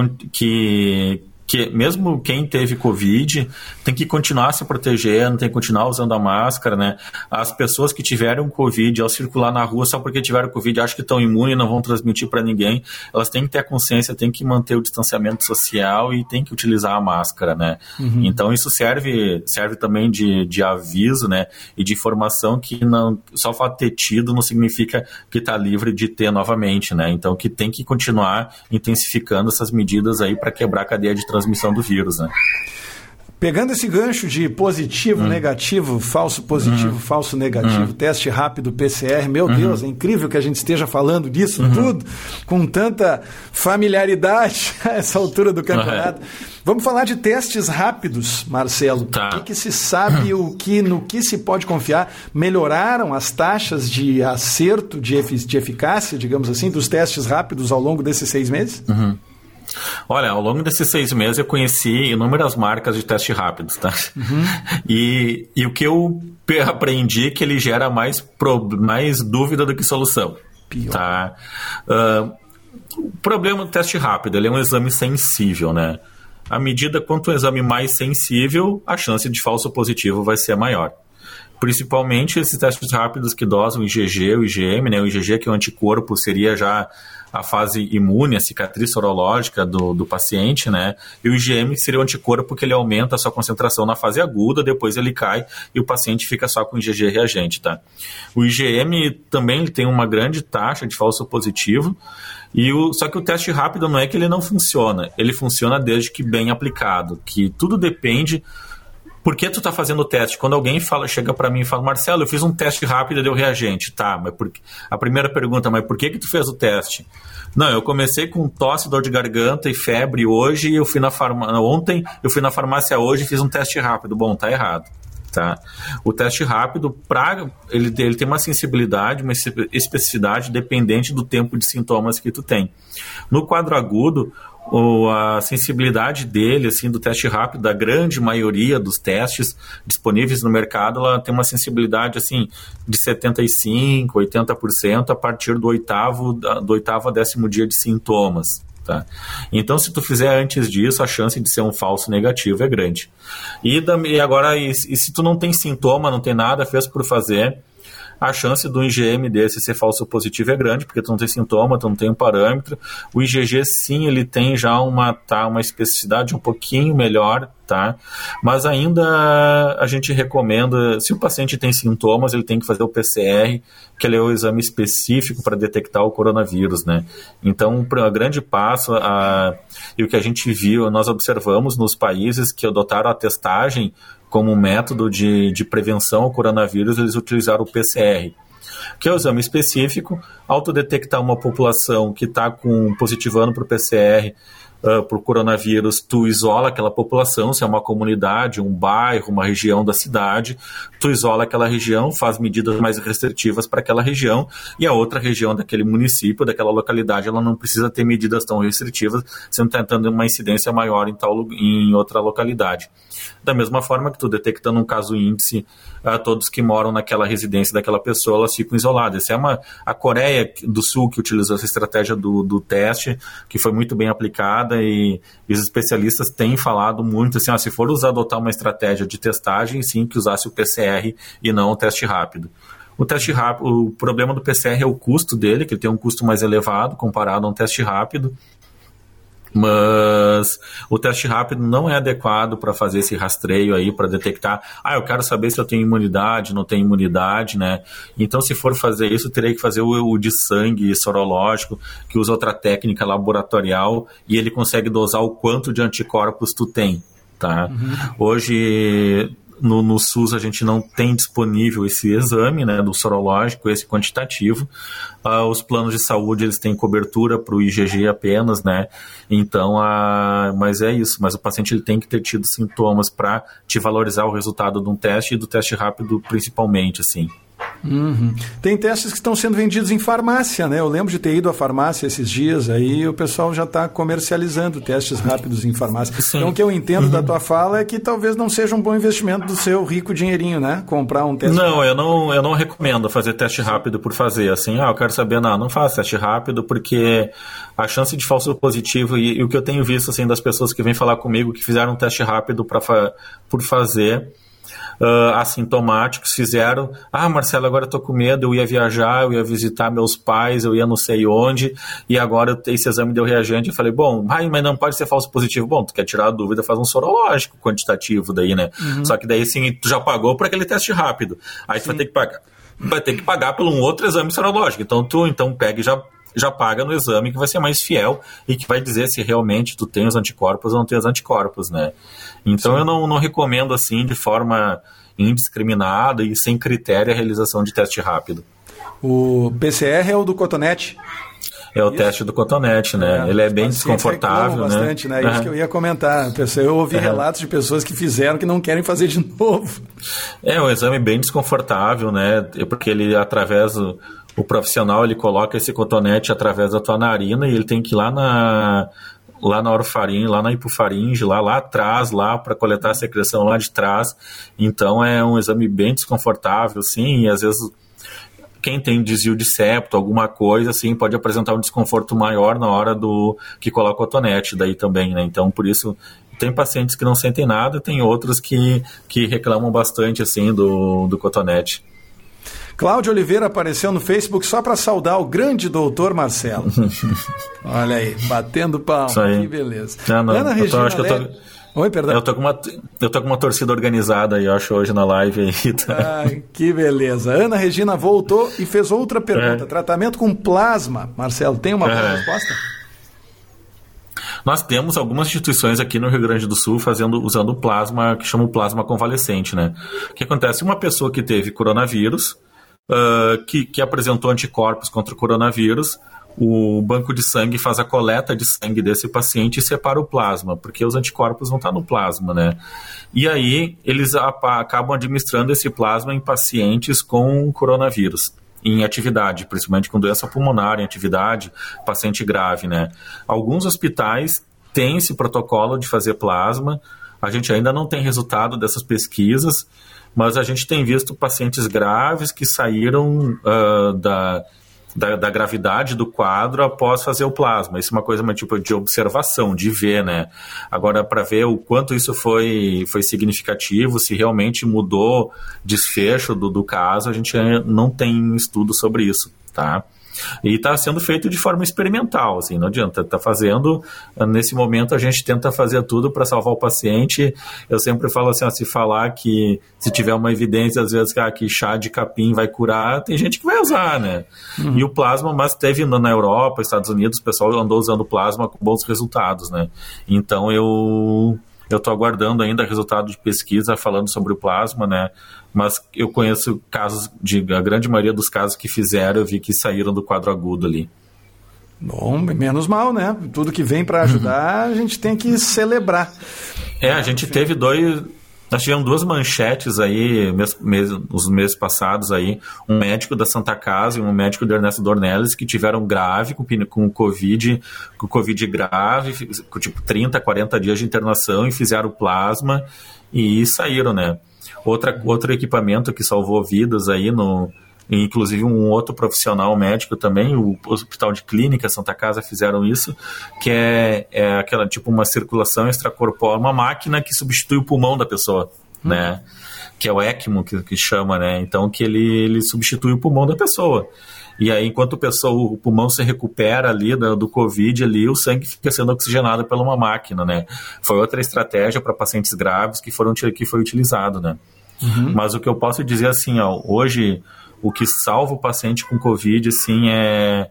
B: que, que mesmo quem teve Covid tem que continuar se protegendo, tem que continuar usando a máscara, né? As pessoas que tiveram Covid, ao circular na rua só porque tiveram Covid, acham que estão imunes e não vão transmitir para ninguém, elas têm que ter a consciência, têm que manter o distanciamento social e têm que utilizar a máscara, né? Uhum. Então isso serve, serve também de, de aviso, né? E de informação que não, só o fato de ter tido não significa que está livre de ter novamente, né? Então que tem que continuar intensificando essas medidas aí para quebrar a cadeia de transmissão do vírus, né?
A: Pegando esse gancho de positivo, hum. negativo, falso positivo, uhum. falso negativo, uhum. teste rápido, P C R, meu uhum. Deus, é incrível que a gente esteja falando disso uhum. tudo, com tanta familiaridade a essa altura do campeonato. Uhum. Vamos falar de testes rápidos, Marcelo. Tá. O que, que se sabe, o que, no que se pode confiar? Melhoraram as taxas de acerto, de, efic- de eficácia, digamos assim, dos testes rápidos ao longo desses seis meses?
B: Uhum. Olha, ao longo desses seis meses eu conheci inúmeras marcas de teste rápidos, tá? Uhum. E, e o que eu aprendi é que ele gera mais, pro, mais dúvida do que solução. Pior. Tá? Uh, o problema do teste rápido, ele é um exame sensível, né? À medida quanto o exame mais sensível, a chance de falso positivo vai ser maior. Principalmente esses testes rápidos que dosam o I G G, o I G M, né? O I G G, que é o anticorpo, seria já a fase imune, a cicatriz sorológica do, do paciente, né? E o I G M seria o anticorpo que ele aumenta a sua concentração na fase aguda, depois ele cai e o paciente fica só com I G G reagente, tá? O I G M também tem uma grande taxa de falso positivo, e o, só que o teste rápido não é que ele não funciona, ele funciona desde que bem aplicado, que tudo depende. Por que tu tá fazendo o teste? Quando alguém fala, chega para mim e fala, Marcelo, eu fiz um teste rápido e deu reagente. Tá, mas por... a primeira pergunta, mas por que que tu fez o teste? Não, eu comecei com tosse, dor de garganta e febre hoje, e eu fui na farmácia, ontem eu fui na farmácia hoje e fiz um teste rápido. Bom, tá errado. Tá? O teste rápido, pra, ele, ele tem uma sensibilidade, uma especificidade dependente do tempo de sintomas que tu tem. No quadro agudo, ou a sensibilidade dele, assim, do teste rápido, da grande maioria dos testes disponíveis no mercado, ela tem uma sensibilidade, assim, de setenta e cinco por cento, oitenta por cento a partir do oitavo, do oitavo a décimo dia de sintomas. Tá? Então, se tu fizer antes disso, a chance de ser um falso negativo é grande. E, e agora, e, e se tu não tem sintoma, não tem nada, fez por fazer, a chance do I G M desse ser falso positivo é grande, porque tu não tem sintoma, tu não tem um parâmetro. O I G G, sim, ele tem já uma, tá, uma especificidade um pouquinho melhor, tá? Mas ainda a gente recomenda, se o paciente tem sintomas, ele tem que fazer o P C R, que ele é o exame específico para detectar o coronavírus, né? Então, o grande passo, a, e o que a gente viu, nós observamos nos países que adotaram a testagem como método de, de prevenção ao coronavírus, eles utilizaram o P C R, que é o exame específico, autodetectar uma população que está com positivando para o P C R, uh, por coronavírus, tu isola aquela população, se é uma comunidade, um bairro, uma região da cidade, tu isola aquela região, faz medidas mais restritivas para aquela região, e a outra região daquele município, daquela localidade, ela não precisa ter medidas tão restritivas, sendo tentando uma incidência maior em, tal, em outra localidade. Da mesma forma que tu detectando um caso índice, uh, todos que moram naquela residência daquela pessoa, elas ficam isoladas. Essa é uma, a Coreia do Sul que utilizou essa estratégia do, do teste, que foi muito bem aplicada, e, e os especialistas têm falado muito assim, ah, se for usar, adotar uma estratégia de testagem, sim, que usasse o P C R e não o teste rápido. O teste rápido, o problema do P C R é o custo dele, que ele tem um custo mais elevado comparado a um teste rápido, mas o teste rápido não é adequado para fazer esse rastreio aí, para detectar, ah, eu quero saber se eu tenho imunidade, não tenho imunidade, né? Então, se for fazer isso, teria que fazer o, o de sangue sorológico, que usa outra técnica laboratorial, e ele consegue dosar o quanto de anticorpos tu tem, tá? Uhum. Hoje, no, no SUS, a gente não tem disponível esse exame, né, do sorológico, esse quantitativo. Uh, os planos de saúde, eles têm cobertura para o I G G apenas, né? Então, uh, mas é isso. Mas o paciente ele tem que ter tido sintomas para te valorizar o resultado de um teste, e do teste rápido principalmente, assim.
A: Uhum. Tem testes que estão sendo vendidos em farmácia, né? Eu lembro de ter ido à farmácia esses dias, aí o pessoal já está comercializando testes rápidos em farmácia. Sim. Então, o que eu entendo uhum. da tua fala é que talvez não seja um bom investimento do seu rico dinheirinho, né? Comprar um teste.
B: Não, eu não, eu não recomendo fazer teste rápido por fazer, assim, ah, eu quero saber, não, não faça teste rápido, porque a chance de falso positivo, e, e o que eu tenho visto, assim, das pessoas que vêm falar comigo que fizeram um teste rápido pra fa- por fazer, Uh, assintomáticos, fizeram, ah, Marcelo, agora eu tô com medo, eu ia viajar, eu ia visitar meus pais, eu ia não sei onde, e agora esse exame deu reagente. Eu falei, bom, ai, mas não pode ser falso positivo. Bom, tu quer tirar a dúvida, faz um sorológico quantitativo daí, né? Uhum. Só que daí, sim, tu já pagou por aquele teste rápido, aí sim. tu vai ter que pagar vai ter que pagar por um outro exame sorológico, então tu então pega e já já paga no exame que vai ser mais fiel e que vai dizer se realmente tu tem os anticorpos ou não tem os anticorpos, né? Então Sim. eu não, não recomendo assim de forma indiscriminada e sem critério a realização de teste rápido.
A: O P C R é o do cotonete?
B: É o Isso. teste do cotonete, né? É, ele é bem desconfortável, né?
A: Bastante, né? Uhum. Isso que eu ia comentar. Eu ouvi uhum. relatos de pessoas que fizeram que não querem fazer de novo.
B: É um exame bem desconfortável, né? Porque ele, através do, o profissional, ele coloca esse cotonete através da tua narina e ele tem que ir lá na... lá na orofaringe, lá na hipofaringe, lá, lá atrás, lá para coletar a secreção lá de trás. Então é um exame bem desconfortável, assim, e às vezes quem tem desvio de septo, alguma coisa, assim, pode apresentar um desconforto maior na hora do que coloca o cotonete daí também, né? Então, por isso, tem pacientes que não sentem nada, tem outros que, que reclamam bastante, assim, do, do cotonete.
A: Cláudio Oliveira apareceu no Facebook só para saudar o grande doutor Marcelo. Olha aí, batendo palma, que beleza.
B: Não, não,
A: Ana Regina,
B: eu tô, acho que eu tô...
A: Oi, perdão.
B: Eu tô, com uma, eu tô com uma torcida organizada aí, eu acho, hoje na live aí. Tá?
A: Ai, que beleza. Ana Regina voltou e fez outra pergunta. É. Tratamento com plasma. Marcelo, tem uma boa é. resposta?
B: Nós temos algumas instituições aqui no Rio Grande do Sul fazendo, usando o plasma, que chama o plasma convalescente, né? O que acontece? Uma pessoa que teve coronavírus, uh, que, que apresentou anticorpos contra o coronavírus, o banco de sangue faz a coleta de sangue desse paciente e separa o plasma, porque os anticorpos vão estar no plasma, né? E aí eles acabam administrando esse plasma em pacientes com coronavírus, em atividade, principalmente com doença pulmonar, em atividade, paciente grave, né? Alguns hospitais têm esse protocolo de fazer plasma, a gente ainda não tem resultado dessas pesquisas, mas a gente tem visto pacientes graves que saíram uh, da... Da, da gravidade do quadro após fazer o plasma. Isso é uma coisa mais tipo de observação, de ver, né? Agora, para ver o quanto isso foi, foi significativo, se realmente mudou desfecho do, do caso, a gente não tem estudo sobre isso, tá? E está sendo feito de forma experimental, assim, não adianta, está fazendo, nesse momento a gente tenta fazer tudo para salvar o paciente. Eu sempre falo assim, ó, se falar que se tiver uma evidência, às vezes, que, ah, que chá de capim vai curar, tem gente que vai usar, né? Uhum. E o plasma, mas teve na Europa, Estados Unidos, o pessoal andou usando plasma com bons resultados, né? Então eu... Eu estou aguardando ainda resultado de pesquisa falando sobre o plasma, né? Mas eu conheço casos, de, a grande maioria dos casos que fizeram, eu vi que saíram do quadro agudo ali.
A: Bom, menos mal, né? Tudo que vem para ajudar, a gente tem que celebrar.
B: É, a gente teve dois... Nós tivemos duas manchetes aí, mes, mes, os meses passados aí, um médico da Santa Casa e um médico do Ernesto Dornelles, que tiveram grave com, com Covid, com Covid grave, com tipo trinta, quarenta dias de internação e fizeram plasma e saíram, né? Outra, outro equipamento que salvou vidas aí, no, inclusive um outro profissional médico também, o Hospital de Clínica Santa Casa fizeram isso, que é, é aquela tipo uma circulação extracorpórea, uma máquina que substitui o pulmão da pessoa, hum. né? Que é o ECMO que, que chama, né? Então que ele, ele substitui o pulmão da pessoa. E aí, enquanto a pessoa, o pulmão se recupera ali do, do Covid, ali, o sangue fica sendo oxigenado pela uma máquina, né? Foi outra estratégia para pacientes graves que, foram, que foi utilizado, né? Uhum. Mas o que eu posso dizer assim, ó, hoje o que salva o paciente com Covid, assim, é,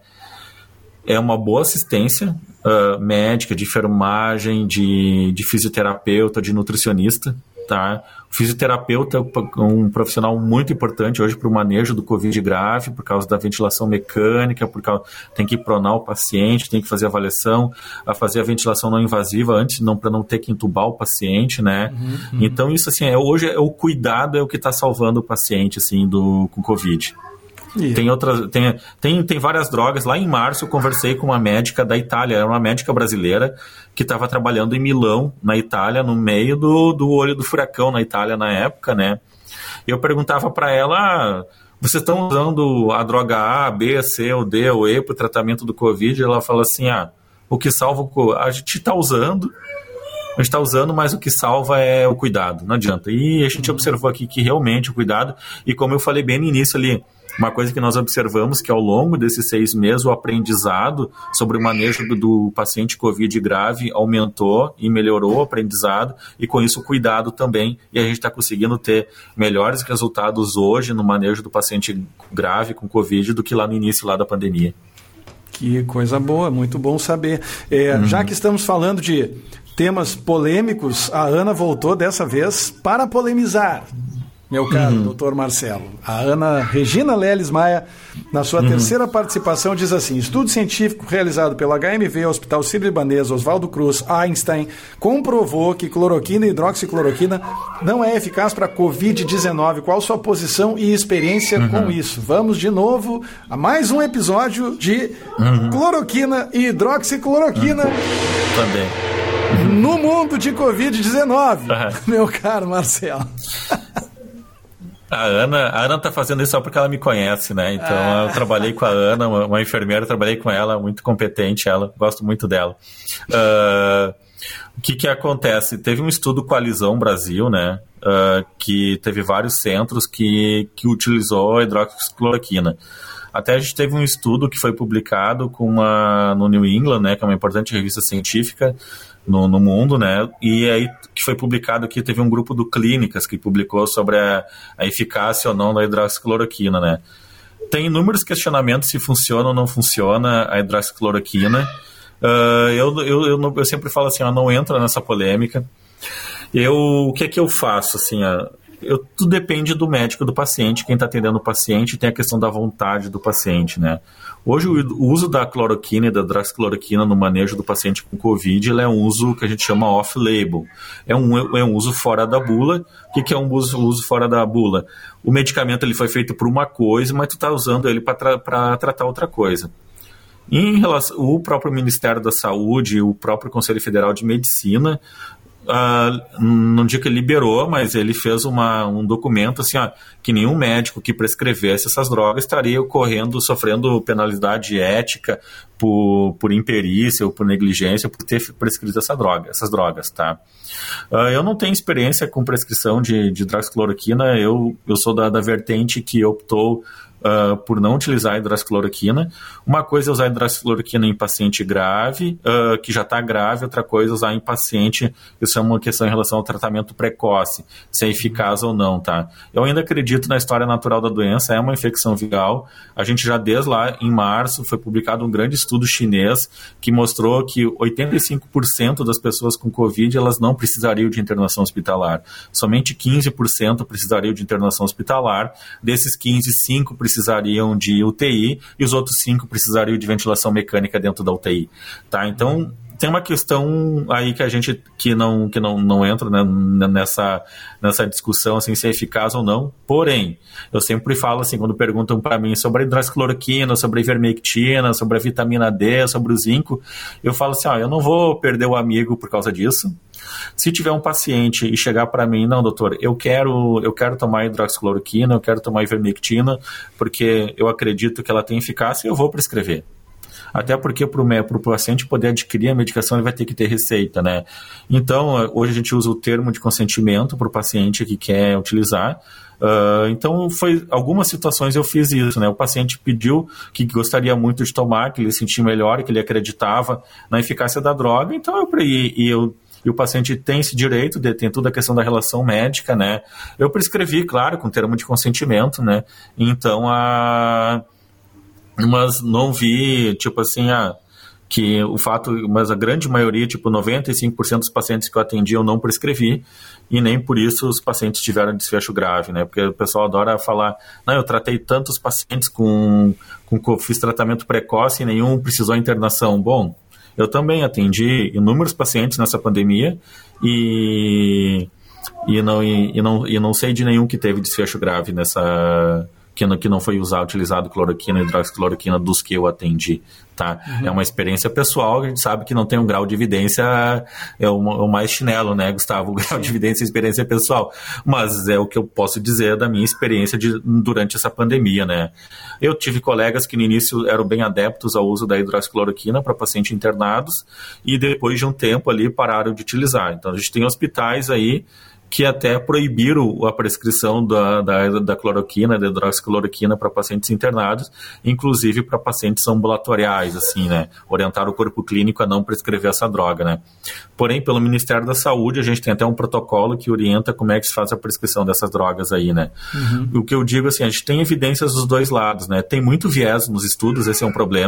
B: é uma boa assistência uh, médica, de enfermagem, de, de fisioterapeuta, de nutricionista, tá? O fisioterapeuta é um profissional muito importante hoje para o manejo do Covid grave, por causa da ventilação mecânica, por causa, tem que pronar o paciente, tem que fazer avaliação, a fazer a ventilação não invasiva antes, não, para não ter que entubar o paciente, né? Uhum, uhum. Então isso, assim, é, hoje é o cuidado é o que está salvando o paciente, assim, do, com Covid. Yeah. Tem, outras, tem, tem, tem várias drogas. Lá em março eu conversei com uma médica da Itália, era uma médica brasileira que estava trabalhando em Milão, na Itália, no meio do, do olho do furacão na Itália na época, né? E eu perguntava para ela, ah, vocês estão usando a droga A, B, C, ou D, ou E para o tratamento do Covid? E ela fala assim, ah, o que salva o Covid, a gente está usando, a gente está usando, mas o que salva é o cuidado, não adianta. E a gente uhum. observou aqui que realmente o cuidado, e como eu falei bem no início ali, uma coisa que nós observamos que ao longo desses seis meses o aprendizado sobre o manejo do, do paciente Covid grave aumentou e melhorou o aprendizado e com isso o cuidado também, e a gente está conseguindo ter melhores resultados hoje no manejo do paciente grave com Covid do que lá no início lá da pandemia.
A: Que coisa boa, muito bom saber. É, uhum. Já que estamos falando de temas polêmicos, a Ana voltou dessa vez para polemizar. meu caro
B: uhum.
A: doutor Marcelo. A Ana Regina Leles Maia, na sua uhum. terceira participação, diz assim: estudo científico realizado pelo H M V, Hospital Sírio-Libanês, Oswaldo Cruz, Einstein, comprovou que cloroquina e hidroxicloroquina não é eficaz para covid dezenove. Qual sua posição e experiência uhum. com isso? Vamos de novo a mais um episódio de uhum. cloroquina e hidroxicloroquina.
B: Uhum. Também.
A: No mundo de covid dezenove, uhum. meu caro Marcelo.
B: A Ana, a Ana tá fazendo isso só porque ela me conhece, né? Então ah. eu trabalhei com a Ana, uma, uma enfermeira, trabalhei com ela, muito competente ela, gosto muito dela. Uh, o que que acontece? Teve um estudo Coalizão Brasil, né? Uh, que teve vários centros que, que utilizou a hidroxicloroquina. Até a gente teve um estudo que foi publicado com uma, no New England, né? Que é uma importante revista científica no, no mundo, né? E aí que foi publicado aqui, teve um grupo do Clínicas que publicou sobre a, a eficácia ou não da hidroxicloroquina, né? Tem inúmeros questionamentos se funciona ou não funciona a hidroxicloroquina. Uh, eu, eu, eu, eu sempre falo assim, ó, não entra nessa polêmica. Eu, o que é que eu faço, assim, ó, eu, tudo depende do médico do paciente, quem está atendendo o paciente, tem a questão da vontade do paciente, né? Hoje o, o uso da cloroquina e da hidroxicloroquina no manejo do paciente com Covid, ele é um uso que a gente chama off-label, é um, é um uso fora da bula. O que, que é um uso, uso fora da bula? O medicamento ele foi feito por uma coisa, mas tu está usando ele para tra- tratar outra coisa. Em relação, o próprio Ministério da Saúde, o próprio Conselho Federal de Medicina, Uh, não digo que ele liberou, mas ele fez uma, um documento assim, ó, que nenhum médico que prescrevesse essas drogas estaria correndo, sofrendo penalidade ética por, por imperícia ou por negligência por ter prescrito essa droga, essas drogas, tá? Uh, eu não tenho experiência com prescrição de, de hidroxicloroquina, eu, eu sou da, da vertente que optou Uh, por não utilizar a hidroxicloroquina. Uma coisa é usar a hidroxicloroquina em paciente grave, uh, que já está grave, outra coisa é usar em paciente, isso é uma questão em relação ao tratamento precoce, se é eficaz ou não, tá? Eu ainda acredito na história natural da doença, é uma infecção viral. A gente já desde lá, em março, foi publicado um grande estudo chinês que mostrou que oitenta e cinco por cento das pessoas com Covid, elas não precisariam de internação hospitalar. Somente quinze por cento precisariam de internação hospitalar. Desses quinze, cinco por cento precisariam de U T I e os outros cinco precisariam de ventilação mecânica dentro da U T I, tá? Então tem uma questão aí que a gente que não, que não, não entra, né, nessa, nessa discussão assim, se é eficaz ou não. Porém, eu sempre falo assim, quando perguntam para mim sobre a hidroxicloroquina, sobre a ivermectina, sobre a vitamina D, sobre o zinco, eu falo assim, ó, eu não vou perder o amigo por causa disso. Se tiver um paciente e chegar para mim, não, doutor, eu quero, eu quero tomar hidroxicloroquina, eu quero tomar ivermectina, porque eu acredito que ela tem eficácia, eu vou prescrever. Até porque para o paciente poder adquirir a medicação, ele vai ter que ter receita, né? Então, hoje a gente usa o termo de consentimento para o paciente que quer utilizar. Uh, então, foi, algumas situações eu fiz isso, né? O paciente pediu que gostaria muito de tomar, que ele se sentia melhor, que ele acreditava na eficácia da droga, então eu, e, e eu e o paciente tem esse direito, de, tem toda a questão da relação médica, né? Eu prescrevi, claro, com termo de consentimento, né? Então, a... mas não vi, tipo assim, a... que o fato, mas a grande maioria, tipo noventa e cinco por cento dos pacientes que eu atendi eu não prescrevi, e nem por isso os pacientes tiveram desfecho grave, né? Porque o pessoal adora falar, não, eu tratei tantos pacientes com, com fiz tratamento precoce e nenhum precisou internação. Bom, eu também atendi inúmeros pacientes nessa pandemia e, e, não, e, e, não, e não sei de nenhum que teve desfecho grave nessa... Que não, que não foi usado, utilizado cloroquina e hidroxicloroquina dos que eu atendi, tá? Uhum. É uma experiência pessoal, a gente sabe que não tem um grau de evidência, é o, o mais chinelo, né, Gustavo? O grau de evidência é experiência pessoal, mas é o que eu posso dizer da minha experiência de, durante essa pandemia, né? Eu tive colegas que no início eram bem adeptos ao uso da hidroxicloroquina para pacientes internados e depois de um tempo ali pararam de utilizar. Então a gente tem hospitais aí que até proibiram a prescrição da, da, da cloroquina, da hidroxicloroquina para pacientes internados, inclusive para pacientes ambulatoriais, assim, né? Orientar o corpo clínico a não prescrever essa droga, né? Porém, pelo Ministério da Saúde, a gente tem até um protocolo que orienta como é que se faz a prescrição dessas drogas aí, né? Uhum. O que eu digo, assim, a gente tem evidências dos dois lados, né? Tem muito viés nos estudos, esse é um problema.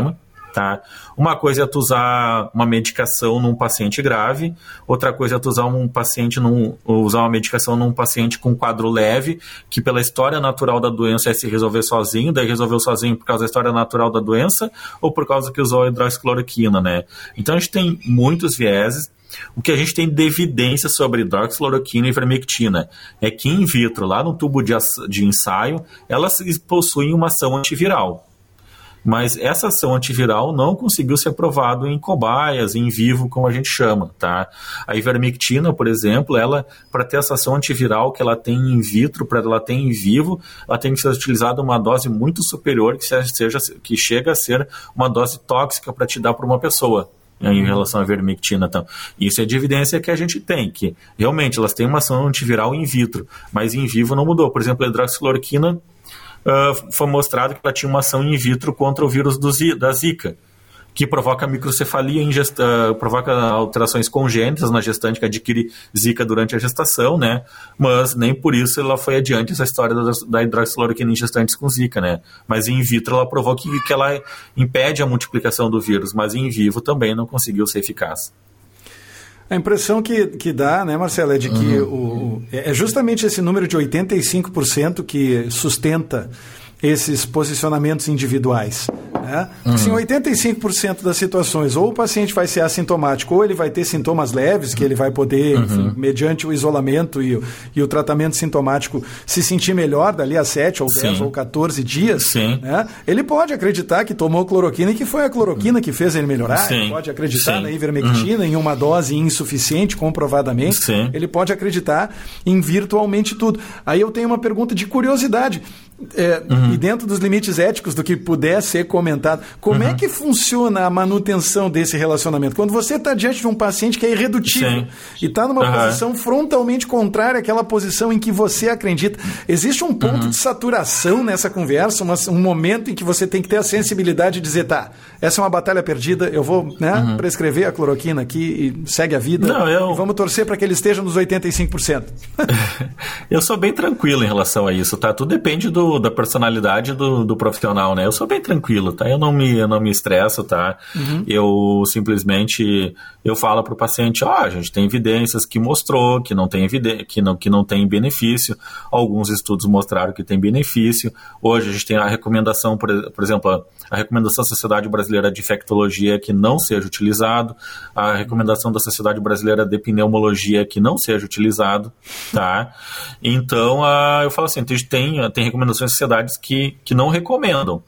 B: Tá? Uma coisa é tu usar uma medicação num paciente grave, outra coisa é tu usar um paciente num, usar uma medicação num paciente com quadro leve, que pela história natural da doença é se resolver sozinho, daí resolveu sozinho por causa da história natural da doença ou por causa que usou a hidroxicloroquina, né? Então a gente tem muitos vieses. O que a gente tem de evidência sobre hidroxicloroquina e ivermectina é que in vitro, lá no tubo de, de ensaio, elas possuem uma ação antiviral. Mas essa ação antiviral não conseguiu ser aprovado em cobaias, em vivo, como a gente chama, tá? A ivermectina, por exemplo, ela, para ter essa ação antiviral que ela tem in vitro, para ela ter em vivo, ela tem que ser utilizada uma dose muito superior, que, seja, que chega a ser uma dose tóxica para te dar para uma pessoa, em relação à ivermectina. Então, isso é de evidência que a gente tem, que realmente elas têm uma ação antiviral in vitro, mas em vivo não mudou. Por exemplo, a hidroxicloroquina, Uh, foi mostrado que ela tinha uma ação in vitro contra o vírus do Z- da Zika, que provoca microcefalia, em gest- uh, provoca alterações congênitas na gestante que adquire Zika durante a gestação, né? Mas nem por isso ela foi adiante essa história da, da hidroxicloroquina em gestantes com Zika, né? Mas in vitro ela provou que, que ela impede a multiplicação do vírus, mas em vivo também não conseguiu ser eficaz.
A: A impressão que, que dá, né, Marcelo, é de que uhum. o, é justamente esse número de oitenta e cinco por cento que sustenta esses posicionamentos individuais. Né? Uhum. Assim, oitenta e cinco por cento das situações, ou o paciente vai ser assintomático, ou ele vai ter sintomas leves, que ele vai poder, uhum. enfim, mediante o isolamento e o, e o tratamento sintomático, se sentir melhor dali a sete ou dez Sim. ou quatorze dias. Né? Ele pode acreditar que tomou cloroquina e que foi a cloroquina que fez ele melhorar. Sim. Ele pode acreditar Sim. na ivermectina uhum. em uma dose insuficiente, comprovadamente. Sim. Ele pode acreditar em virtualmente tudo. Aí eu tenho uma pergunta de curiosidade. É, uhum. E dentro dos limites éticos do que puder ser comentado, como uhum. é que funciona a manutenção desse relacionamento? Quando você está diante de um paciente que é irredutível Sim. e está numa uhum. posição frontalmente contrária àquela posição em que você acredita, existe um ponto uhum. de saturação nessa conversa, uma, um momento em que você tem que ter a sensibilidade de dizer, tá, essa é uma batalha perdida, eu vou né, uhum. prescrever a cloroquina aqui e segue a vida. Não, eu... e vamos torcer para que ele esteja nos oitenta e cinco por cento.
B: Eu sou bem tranquilo em relação a isso, tá? Tudo depende do da personalidade do, do profissional, né? Eu sou bem tranquilo, tá? Eu não me, eu não me estresso, tá? Uhum. Eu simplesmente, eu falo pro paciente, ó, oh, a gente tem evidências que mostrou que não tem evidência, que não, que não tem benefício. Alguns estudos mostraram que tem benefício. Hoje a gente tem a recomendação, por, por exemplo, a, a recomendação da Sociedade Brasileira de Infectologia é que não seja utilizado, a recomendação da Sociedade Brasileira de Pneumologia é que não seja utilizado, tá? Então, a, eu falo assim, tem, tem recomendações de sociedades que, que não recomendam,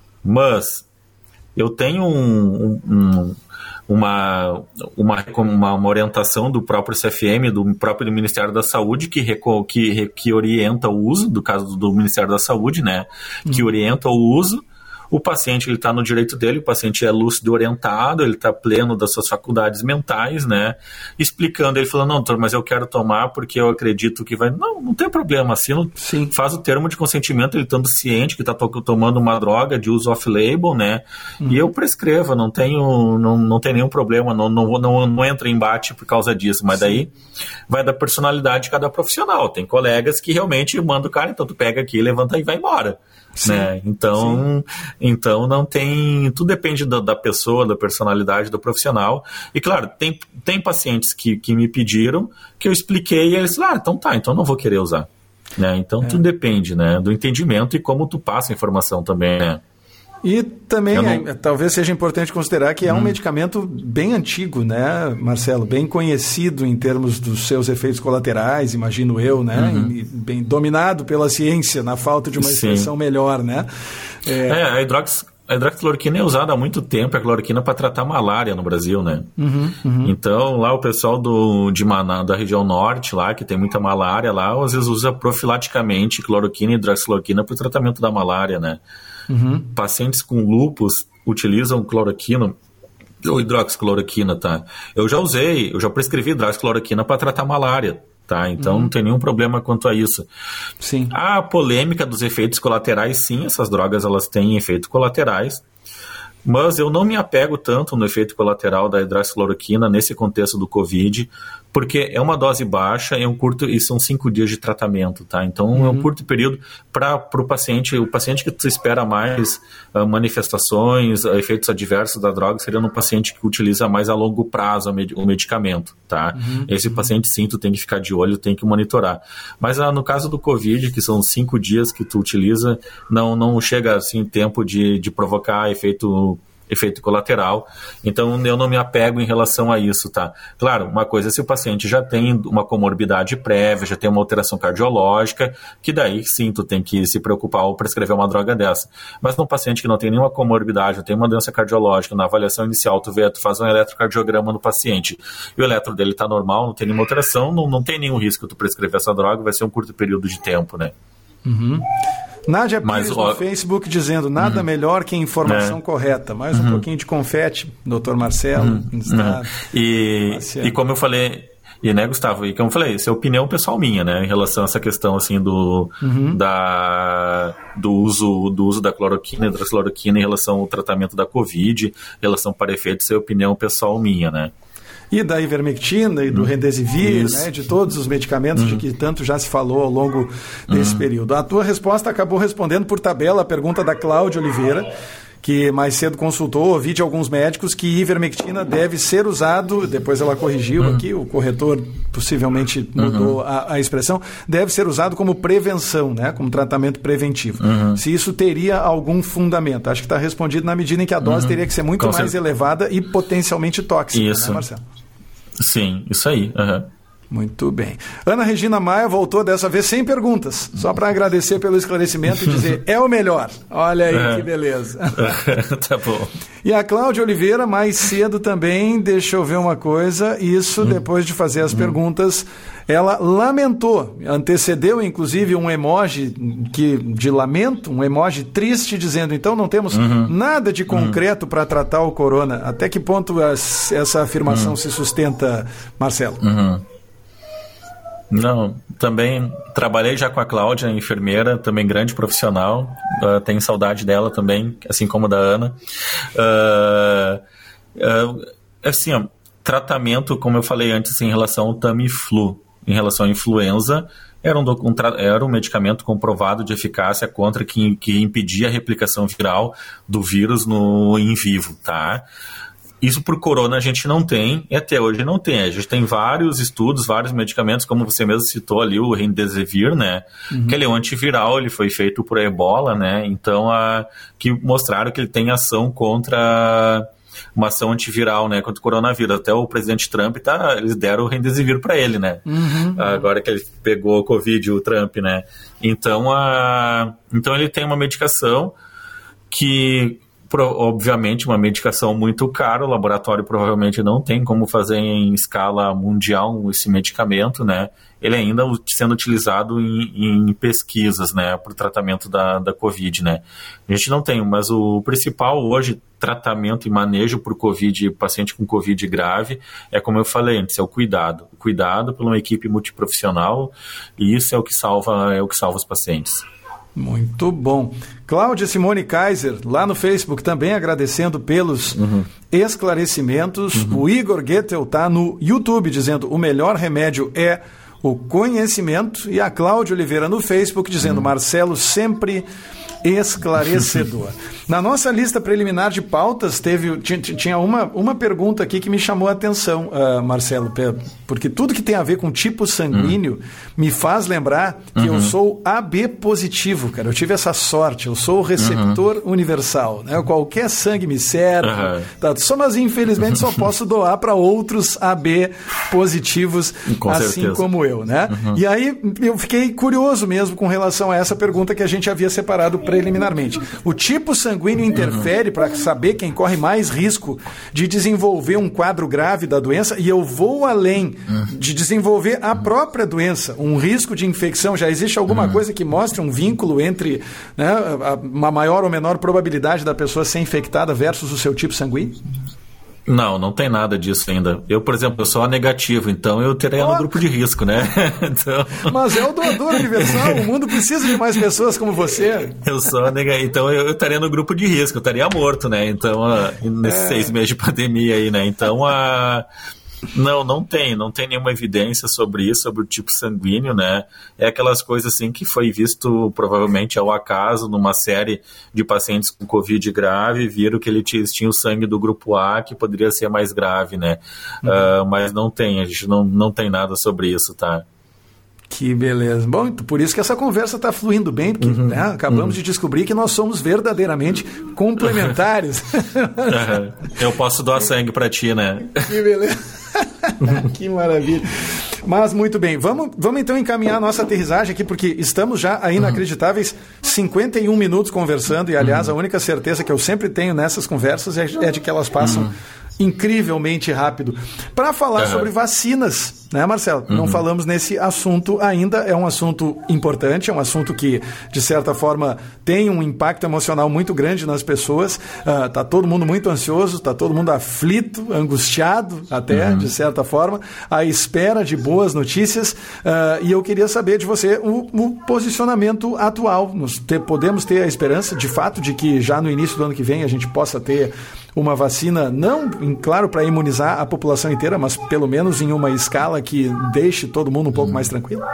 B: mas eu tenho um, um, uma, uma, uma, uma orientação do próprio C F M, do próprio Ministério da Saúde, que, reco, que, que orienta o uso, do caso do Ministério da Saúde, né, que orienta o uso. O paciente está no direito dele, o paciente é lúcido, orientado, ele está pleno das suas faculdades mentais, né? Explicando, ele falou, não, doutor, mas eu quero tomar porque eu acredito que vai... Não, não tem problema, assina, faz o termo de consentimento, ele estando ciente que está to- tomando uma droga de uso off-label, né? Uhum. E eu prescrevo, não tenho, não, não tem nenhum problema, não, não, não, não entra em embate por causa disso, mas Sim. daí vai da personalidade de cada profissional. Tem colegas que realmente mandam o cara, então tu pega aqui, levanta e vai embora. Né? Então, então não tem, tudo depende da, da pessoa, da personalidade do profissional. E claro, tem, tem pacientes que, que me pediram que eu expliquei e eles falaram, ah, então tá, então não vou querer usar, né? Então é. tudo depende, né, do entendimento e como tu passa a informação também, né?
A: E também não... é, talvez seja importante considerar que é um hum. medicamento bem antigo, né, Marcelo? Bem conhecido em termos dos seus efeitos colaterais, imagino eu, né? Uhum. E bem dominado pela ciência, na falta de uma Sim. expressão melhor, né?
B: É, é a, hidrox, a hidroxicloroquina é usada há muito tempo, a cloroquina para tratar malária no Brasil, né? Uhum, uhum. Então, lá o pessoal do, de Maná, da região norte, lá, que tem muita malária lá, às vezes usa profilaticamente cloroquina e hidroxicloroquina para o tratamento da malária, né? Uhum. Pacientes com lúpus utilizam cloroquina ou hidroxicloroquina, tá? Eu já usei, eu já prescrevi hidroxicloroquina para tratar malária, tá? Então uhum. não tem nenhum problema quanto a isso. Sim. A polêmica dos efeitos colaterais, sim, essas drogas elas têm efeitos colaterais. Mas eu não me apego tanto no efeito colateral da hidroxicloroquina nesse contexto do Covid, porque é uma dose baixa e, é um curto, e são cinco dias de tratamento, tá? Então uhum. é um curto período para o paciente. O paciente que tu espera mais uh, manifestações, uh, efeitos adversos da droga, seria um paciente que utiliza mais a longo prazo o, med- o medicamento, tá? Uhum. Esse uhum. paciente, sim, tu tem que ficar de olho, tem que monitorar. Mas uh, no caso do Covid, que são cinco dias que tu utiliza, não, não chega assim tempo de, de provocar efeito efeito colateral, então eu não me apego em relação a isso, tá? Claro, uma coisa é se o paciente já tem uma comorbidade prévia, já tem uma alteração cardiológica, que daí sim tu tem que se preocupar ao prescrever uma droga dessa. Mas num paciente que não tem nenhuma comorbidade, não tem uma doença cardiológica, na avaliação inicial tu vê, tu faz um eletrocardiograma no paciente e o eletro dele tá normal, não tem nenhuma alteração, não, não tem nenhum risco tu prescrever essa droga, vai ser um curto período de tempo, né?
A: Uhum. Nádia Pires
B: Mas,
A: no
B: ó,
A: Facebook dizendo, nada uhum. melhor que informação é. correta. Mais um uhum. pouquinho de confete, doutor Marcelo.
B: Uhum. Uhum. E, e como eu falei, e né, Gustavo, e como eu falei, isso é opinião pessoal minha, né, em relação a essa questão assim do, uhum. da, do, uso, do uso da cloroquina, hidroxicloroquina em relação ao tratamento da Covid, em relação para efeitos, isso é opinião pessoal minha, né.
A: E da ivermectina e do Remdesivir, né, de todos os medicamentos uhum. de que tanto já se falou ao longo desse uhum. período. A tua resposta acabou respondendo por tabela a pergunta da Cláudia Oliveira, que mais cedo consultou, ouvi de alguns médicos que ivermectina deve ser usado, depois ela corrigiu uhum. aqui, o corretor possivelmente mudou uhum. a, a expressão, deve ser usado como prevenção, né, como tratamento preventivo. Uhum. Se isso teria algum fundamento. Acho que está respondido na medida em que a dose uhum. teria que ser muito Com mais certeza. elevada e potencialmente tóxica,
B: isso.
A: né, Marcelo?
B: Sim, isso aí. Uhum.
A: Muito bem. Ana Regina Maia voltou dessa vez sem perguntas, só para agradecer pelo esclarecimento e dizer, é o melhor. Olha aí é. que beleza.
B: Tá bom.
A: E a Cláudia Oliveira, mais cedo também, deixa eu ver uma coisa, isso hum. depois de fazer as hum. perguntas, ela lamentou, antecedeu inclusive um emoji que, de lamento, um emoji triste, dizendo, então não temos uhum. nada de concreto uhum. para tratar o corona. Até que ponto as, essa afirmação uhum. se sustenta, Marcelo?
B: Uhum. Não, também trabalhei já com a Cláudia, enfermeira, também grande profissional, uh, tenho saudade dela também, assim como da Ana. Uh, uh, assim, ó, tratamento, como eu falei antes, em relação ao Tamiflu, em relação à influenza, era um, um, era um medicamento comprovado de eficácia contra que, que impedia a replicação viral do vírus no, em vivo, tá? Isso por corona a gente não tem, e até hoje não tem. A gente tem vários estudos, vários medicamentos, como você mesmo citou ali, o Remdesivir, né? Uhum. Que ele é um antiviral, ele foi feito por ebola, né? Então, a, que mostraram que ele tem ação contra... uma ação antiviral, né, contra o coronavírus. Até o presidente Trump, tá, eles deram o Remdesivir para ele, né? Uhum. Agora que ele pegou o Covid, o Trump, né? Então, a, então ele tem uma medicação que... obviamente uma medicação muito cara, o laboratório provavelmente não tem como fazer em escala mundial esse medicamento, né? Ele ainda sendo utilizado em, em pesquisas, né, para o tratamento da, da Covid, né? A gente não tem, mas o principal hoje, tratamento e manejo por Covid, paciente com Covid grave, é como eu falei antes, é o cuidado. O cuidado por uma equipe multiprofissional, e isso é o que salva, é o que salva os pacientes.
A: Muito bom. Cláudia Simone Kaiser, lá no Facebook, também agradecendo pelos uhum. esclarecimentos. Uhum. O Igor Goettel está no YouTube dizendo o melhor remédio é o conhecimento. E a Cláudia Oliveira no Facebook dizendo uhum. Marcelo sempre esclarecedor. Na nossa lista preliminar de pautas, teve, tinha, tinha uma, uma pergunta aqui que me chamou a atenção, uh, Marcelo, porque tudo que tem a ver com tipo sanguíneo uhum. me faz lembrar que uhum. eu sou A B positivo, cara. Eu tive essa sorte, eu sou o receptor uhum. universal, né? Qualquer sangue me serve, uhum. tá? Só, mas infelizmente só posso doar para outros A B positivos, com assim certeza. Como eu, né? Uhum. E aí eu fiquei curioso mesmo com relação a essa pergunta que a gente havia separado preliminarmente. O tipo sanguíneo interfere uhum. para saber quem corre mais risco de desenvolver um quadro grave da doença, e eu vou além uhum. de desenvolver a própria doença, um risco de infecção. Já existe alguma uhum. coisa que mostre um vínculo entre, né, uma maior ou menor probabilidade da pessoa ser infectada versus o seu tipo sanguíneo?
B: Não, não tem nada disso ainda. Eu, por exemplo, eu sou A negativo, então eu teria oh. no grupo de risco, né?
A: Então... Mas é o doador universal, o mundo precisa de mais pessoas como você.
B: Eu sou A negativo, então eu, eu estaria no grupo de risco, eu estaria morto, né? Então, uh, nesses é. seis meses de pandemia aí, né? Então, a... Uh... Não, não tem, não tem nenhuma evidência sobre isso, sobre o tipo sanguíneo, né? É aquelas coisas assim que foi visto provavelmente ao acaso numa série de pacientes com Covid grave, viram que ele tinha, tinha o sangue do grupo A, que poderia ser mais grave, né? Uhum. Uh, mas não tem, a gente não, não tem nada sobre isso, tá?
A: Que beleza. Bom, por isso que essa conversa está fluindo bem, porque uhum, né, acabamos uhum. de descobrir que nós somos verdadeiramente complementares.
B: Uhum. Eu posso doar sangue para ti, né?
A: Que beleza. Que maravilha. Mas muito bem, vamos, vamos então encaminhar a nossa aterrissagem aqui, porque estamos já a inacreditáveis cinquenta e um minutos conversando, e aliás a única certeza que eu sempre tenho nessas conversas é, é de que elas passam uhum. incrivelmente rápido. Para falar uhum. sobre vacinas, né, Marcelo? Uhum. Não falamos nesse assunto ainda, é um assunto importante, é um assunto que, de certa forma, tem um impacto emocional muito grande nas pessoas. Uh, tá todo mundo muito ansioso, tá todo mundo aflito, angustiado até, uhum. de certa forma, à espera de boas notícias. Uh, e eu queria saber de você o, o posicionamento atual. Nós te, podemos ter a esperança, de fato, de que já no início do ano que vem a gente possa ter uma vacina, não, em, claro, para imunizar a população inteira, mas pelo menos em uma escala que deixe todo mundo um pouco hum. mais tranquilo?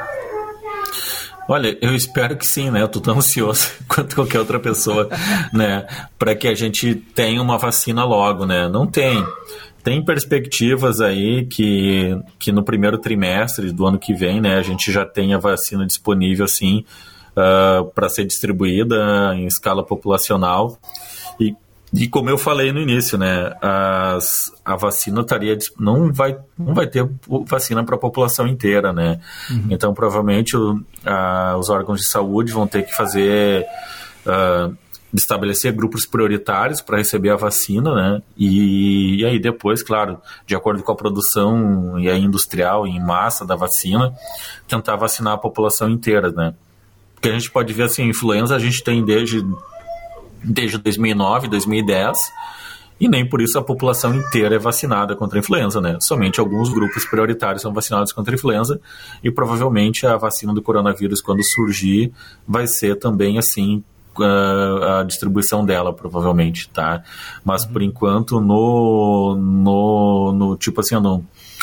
B: Olha, eu espero que sim, né? Eu tô tão ansioso quanto qualquer outra pessoa, né? Para que a gente tenha uma vacina logo, né? Não tem. Tem perspectivas aí que, que no primeiro trimestre do ano que vem, né? A gente já tem a vacina disponível, sim, uh, para ser distribuída em escala populacional. E E como eu falei no início, né, as, a vacina estaria, não vai, não vai ter vacina para a população inteira, né? Uhum. Então provavelmente o, a, os órgãos de saúde vão ter que fazer, uh, estabelecer grupos prioritários para receber a vacina, né? E, e aí depois, claro, de acordo com a produção e a industrial em massa da vacina, tentar vacinar a população inteira, né? Porque a gente pode ver assim, influenza a gente tem desde desde dois mil e nove, dois mil e dez, e nem por isso a população inteira é vacinada contra a influenza, né? Somente alguns grupos prioritários são vacinados contra a influenza, e provavelmente a vacina do coronavírus, quando surgir, vai ser também assim a, a distribuição dela, provavelmente, tá? Mas por enquanto, no, no, no tipo assim, no,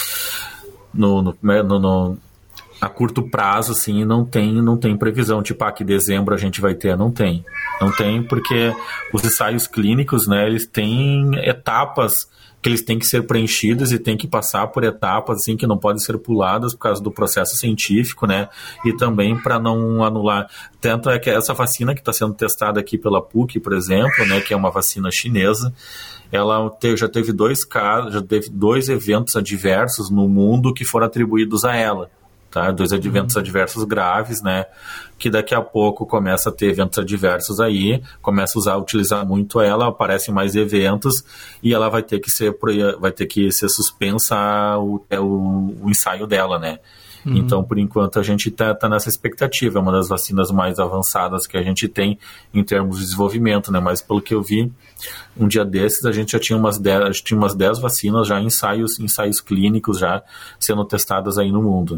B: no, no, no, no a curto prazo, assim, não tem, não tem previsão, tipo, ah, que dezembro a gente vai ter, não tem. Não tem, porque os ensaios clínicos, né, eles têm etapas que eles têm que ser preenchidos e têm que passar por etapas, assim, que não podem ser puladas por causa do processo científico, né, e também para não anular. Tanto é que essa vacina que está sendo testada aqui pela P U C, por exemplo, né, que é uma vacina chinesa, ela te, já teve dois casos, já teve dois eventos adversos no mundo que foram atribuídos a ela. Tá? Dois eventos uhum. adversos graves, né? Que daqui a pouco começa a ter eventos adversos aí, começa a usar, utilizar muito ela, aparecem mais eventos e ela vai ter que ser, vai ter que ser suspensa o, o, o ensaio dela, né? Uhum. Então, por enquanto, a gente está tá nessa expectativa, é uma das vacinas mais avançadas que a gente tem em termos de desenvolvimento, né? Mas pelo que eu vi, um dia desses, a gente já tinha umas dez, tinha umas dez vacinas já em ensaios, ensaios clínicos já sendo testadas aí no mundo.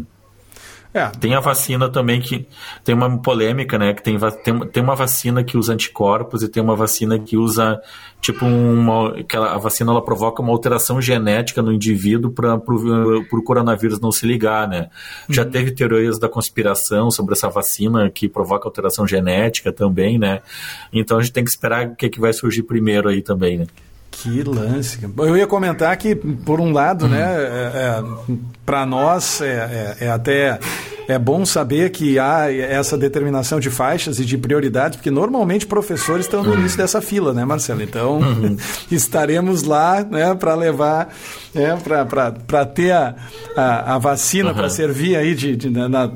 B: É. Tem a vacina também que tem uma polêmica, né? Que tem, tem, tem uma vacina que usa anticorpos e tem uma vacina que usa tipo uma. Que ela, a vacina ela provoca uma alteração genética no indivíduo para o coronavírus não se ligar, né? Uhum. Já teve teorias da conspiração sobre essa vacina que provoca alteração genética também, né? Então a gente tem que esperar o que, que vai surgir primeiro aí também, né?
A: Que lance. Eu ia comentar que, por um lado, uhum. né, é, é, para nós é, é, é até é bom saber que há essa determinação de faixas e de prioridades, porque normalmente professores estão no início dessa fila, né, Marcelo? Então, uhum. estaremos lá, né, para levar, é, para ter a, a, a vacina, uhum. para servir aí de, de,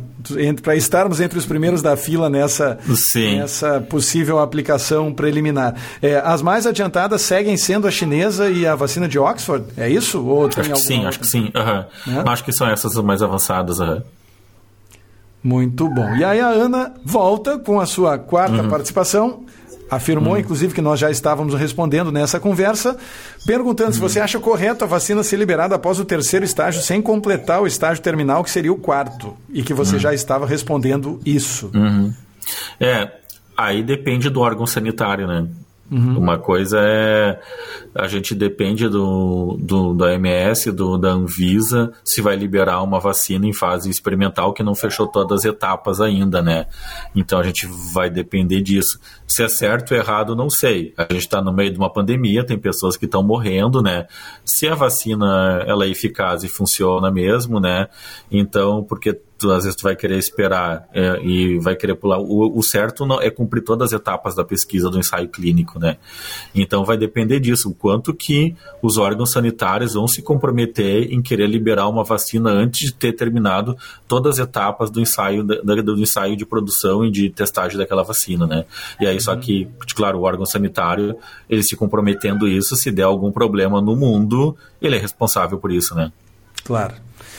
A: para estarmos entre os primeiros da fila nessa, nessa possível aplicação preliminar. É, as mais adiantadas seguem sendo a chinesa e a vacina de Oxford, é isso? Ou tem
B: acho que sim, outra? Acho que sim. Uhum. É? Acho que são essas as mais avançadas. Uhum.
A: Muito bom. E aí a Ana volta com a sua quarta uhum. participação. afirmou,
B: uhum.
A: inclusive, que nós já estávamos respondendo nessa conversa, perguntando uhum. se você acha correto a vacina ser liberada após o terceiro estágio, sem completar o estágio terminal, que seria o quarto, e que você uhum. já estava respondendo isso.
B: Uhum. É, aí depende do órgão sanitário, né? Uhum. Uma coisa é, a gente depende do, do, da O M S, do, da Anvisa, se vai liberar uma vacina em fase experimental que não fechou todas as etapas ainda, né? Então a gente vai depender disso. Se é certo ou errado, não sei. A gente está no meio de uma pandemia, tem pessoas que estão morrendo, né? Se a vacina ela é eficaz e funciona mesmo, né? Então, porque às vezes tu vai querer esperar é, e vai querer pular. O, o certo não, é cumprir todas as etapas da pesquisa do ensaio clínico, né? Então vai depender disso, o quanto que os órgãos sanitários vão se comprometer em querer liberar uma vacina antes de ter terminado todas as etapas do ensaio, da, do ensaio de produção e de testagem daquela vacina, né? E aí, só que, claro, o órgão sanitário, ele se comprometendo isso, se der algum problema no mundo, ele é responsável por isso, né?
A: Claro.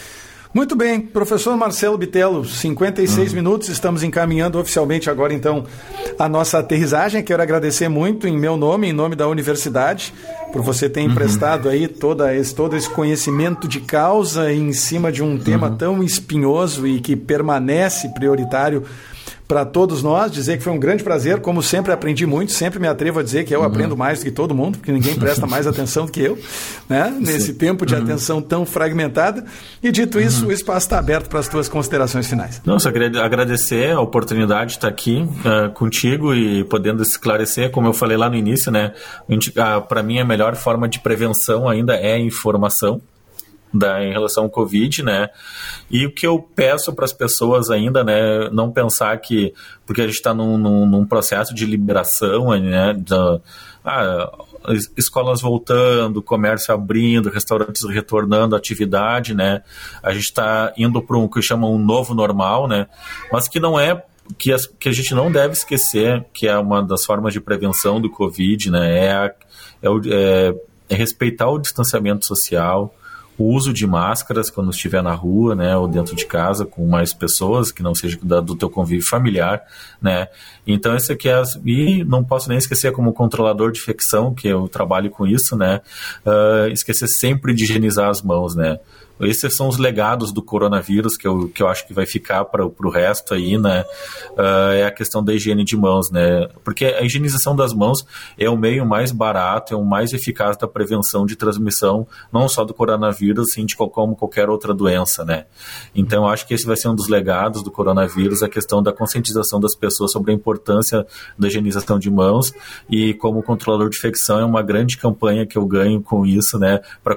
A: Muito bem, professor Marcelo Bitelo, cinquenta e seis uhum. minutos, estamos encaminhando oficialmente agora então a nossa aterrissagem. Quero agradecer muito em meu nome, em nome da universidade, por você ter emprestado uhum. aí toda esse, todo esse conhecimento de causa em cima de um tema uhum. tão espinhoso e que permanece prioritário para todos nós. Dizer que foi um grande prazer, como sempre aprendi muito, sempre me atrevo a dizer que eu uhum. aprendo mais do que todo mundo, porque ninguém presta mais atenção do que eu, né? Nesse Sim. tempo de uhum. atenção tão fragmentada. E dito
B: uhum.
A: isso, o espaço está aberto para as tuas considerações finais.
B: Não, só queria agradecer a oportunidade de estar aqui uh, contigo e podendo esclarecer, como eu falei lá no início, né? Uh, para mim a melhor forma de prevenção ainda é a informação. Da, em relação ao Covid, né, e o que eu peço para as pessoas ainda, né, não pensar que, porque a gente está num, num, num processo de liberação, né, da, ah, escolas voltando, comércio abrindo, restaurantes retornando à atividade, né, a gente está indo para um que chamam um novo normal, né, mas que não é, que, as, que a gente não deve esquecer, que é uma das formas de prevenção do Covid, né, é, a, é, o, é, é respeitar o distanciamento social, o uso de máscaras quando estiver na rua, né, ou dentro de casa com mais pessoas, que não seja da, do teu convívio familiar, né, então esse aqui é, e não posso nem esquecer como controlador de infecção, que eu trabalho com isso, né, uh, esquecer sempre de higienizar as mãos, né. Esses são os legados do coronavírus que eu, que eu acho que vai ficar para o resto aí, né? Uh, é a questão da higiene de mãos, né? Porque a higienização das mãos é o meio mais barato, é o mais eficaz da prevenção de transmissão, não só do coronavírus, assim, de como qualquer outra doença, né? Então, eu acho que esse vai ser um dos legados do coronavírus, a questão da conscientização das pessoas sobre a importância da higienização de mãos, e como controlador de infecção é uma grande campanha que eu ganho com isso, né? Para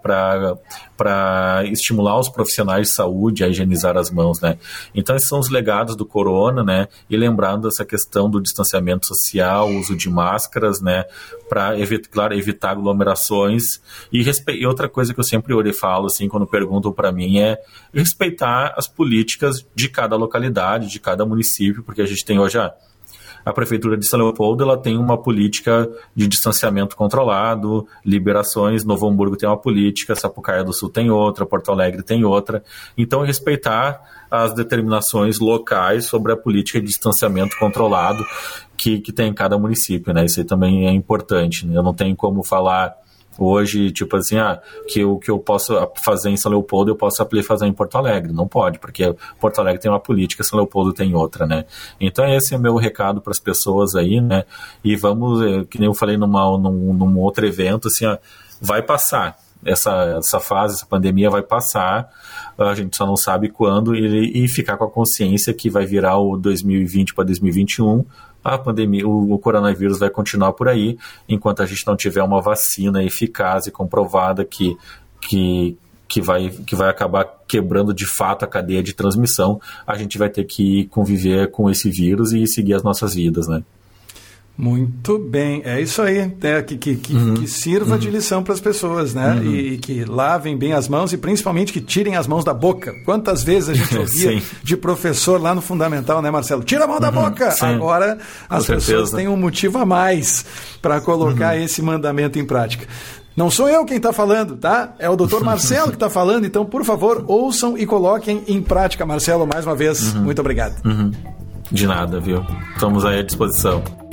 B: para estimular os profissionais de saúde a higienizar as mãos, né? Então, esses são os legados do corona, né? E lembrando essa questão do distanciamento social, uso de máscaras, né? Para evitar, claro, evitar aglomerações. E, respe... e outra coisa que eu sempre falo, assim, quando perguntam para mim, é respeitar as políticas de cada localidade, de cada município, porque a gente tem hoje a A Prefeitura de São Leopoldo, ela tem uma política de distanciamento controlado, liberações, Novo Hamburgo tem uma política, Sapucaia do Sul tem outra, Porto Alegre tem outra. Então, é respeitar as determinações locais sobre a política de distanciamento controlado que, que tem em cada município, né? Isso aí também é importante, né? Eu não tenho como falar hoje, tipo assim, ah, que o que eu posso fazer em São Leopoldo, eu posso fazer em Porto Alegre. Não pode, porque Porto Alegre tem uma política, São Leopoldo tem outra, né? Então esse é o meu recado para as pessoas aí, né? E vamos, que nem eu falei numa, num, num outro evento, assim, ó, vai passar. Essa, essa fase, essa pandemia vai passar, a gente só não sabe quando, e, e ficar com a consciência que vai virar o dois mil e vinte para dois mil e vinte e um, a pandemia, o, o coronavírus vai continuar por aí, enquanto a gente não tiver uma vacina eficaz e comprovada que, que, que, vai, que vai acabar quebrando de fato a cadeia de transmissão, a gente vai ter que conviver com esse vírus e seguir as nossas vidas, né?
A: Muito bem, é isso aí, né? que, que, que, uhum. que sirva uhum. de lição para as pessoas, né? Uhum. E, e que lavem bem as mãos e principalmente que tirem as mãos da boca. Quantas vezes a gente ouvia de professor lá no Fundamental, né, Marcelo? Tira a mão da uhum. boca! Sim. Agora as Com pessoas certeza. têm um motivo a mais para colocar uhum. esse mandamento em prática. Não sou eu quem está falando, tá? É o doutor Marcelo que está falando, então, por favor, ouçam e coloquem em prática. Marcelo, mais uma vez, uhum. muito obrigado.
B: Uhum. De nada, viu? Estamos aí à disposição.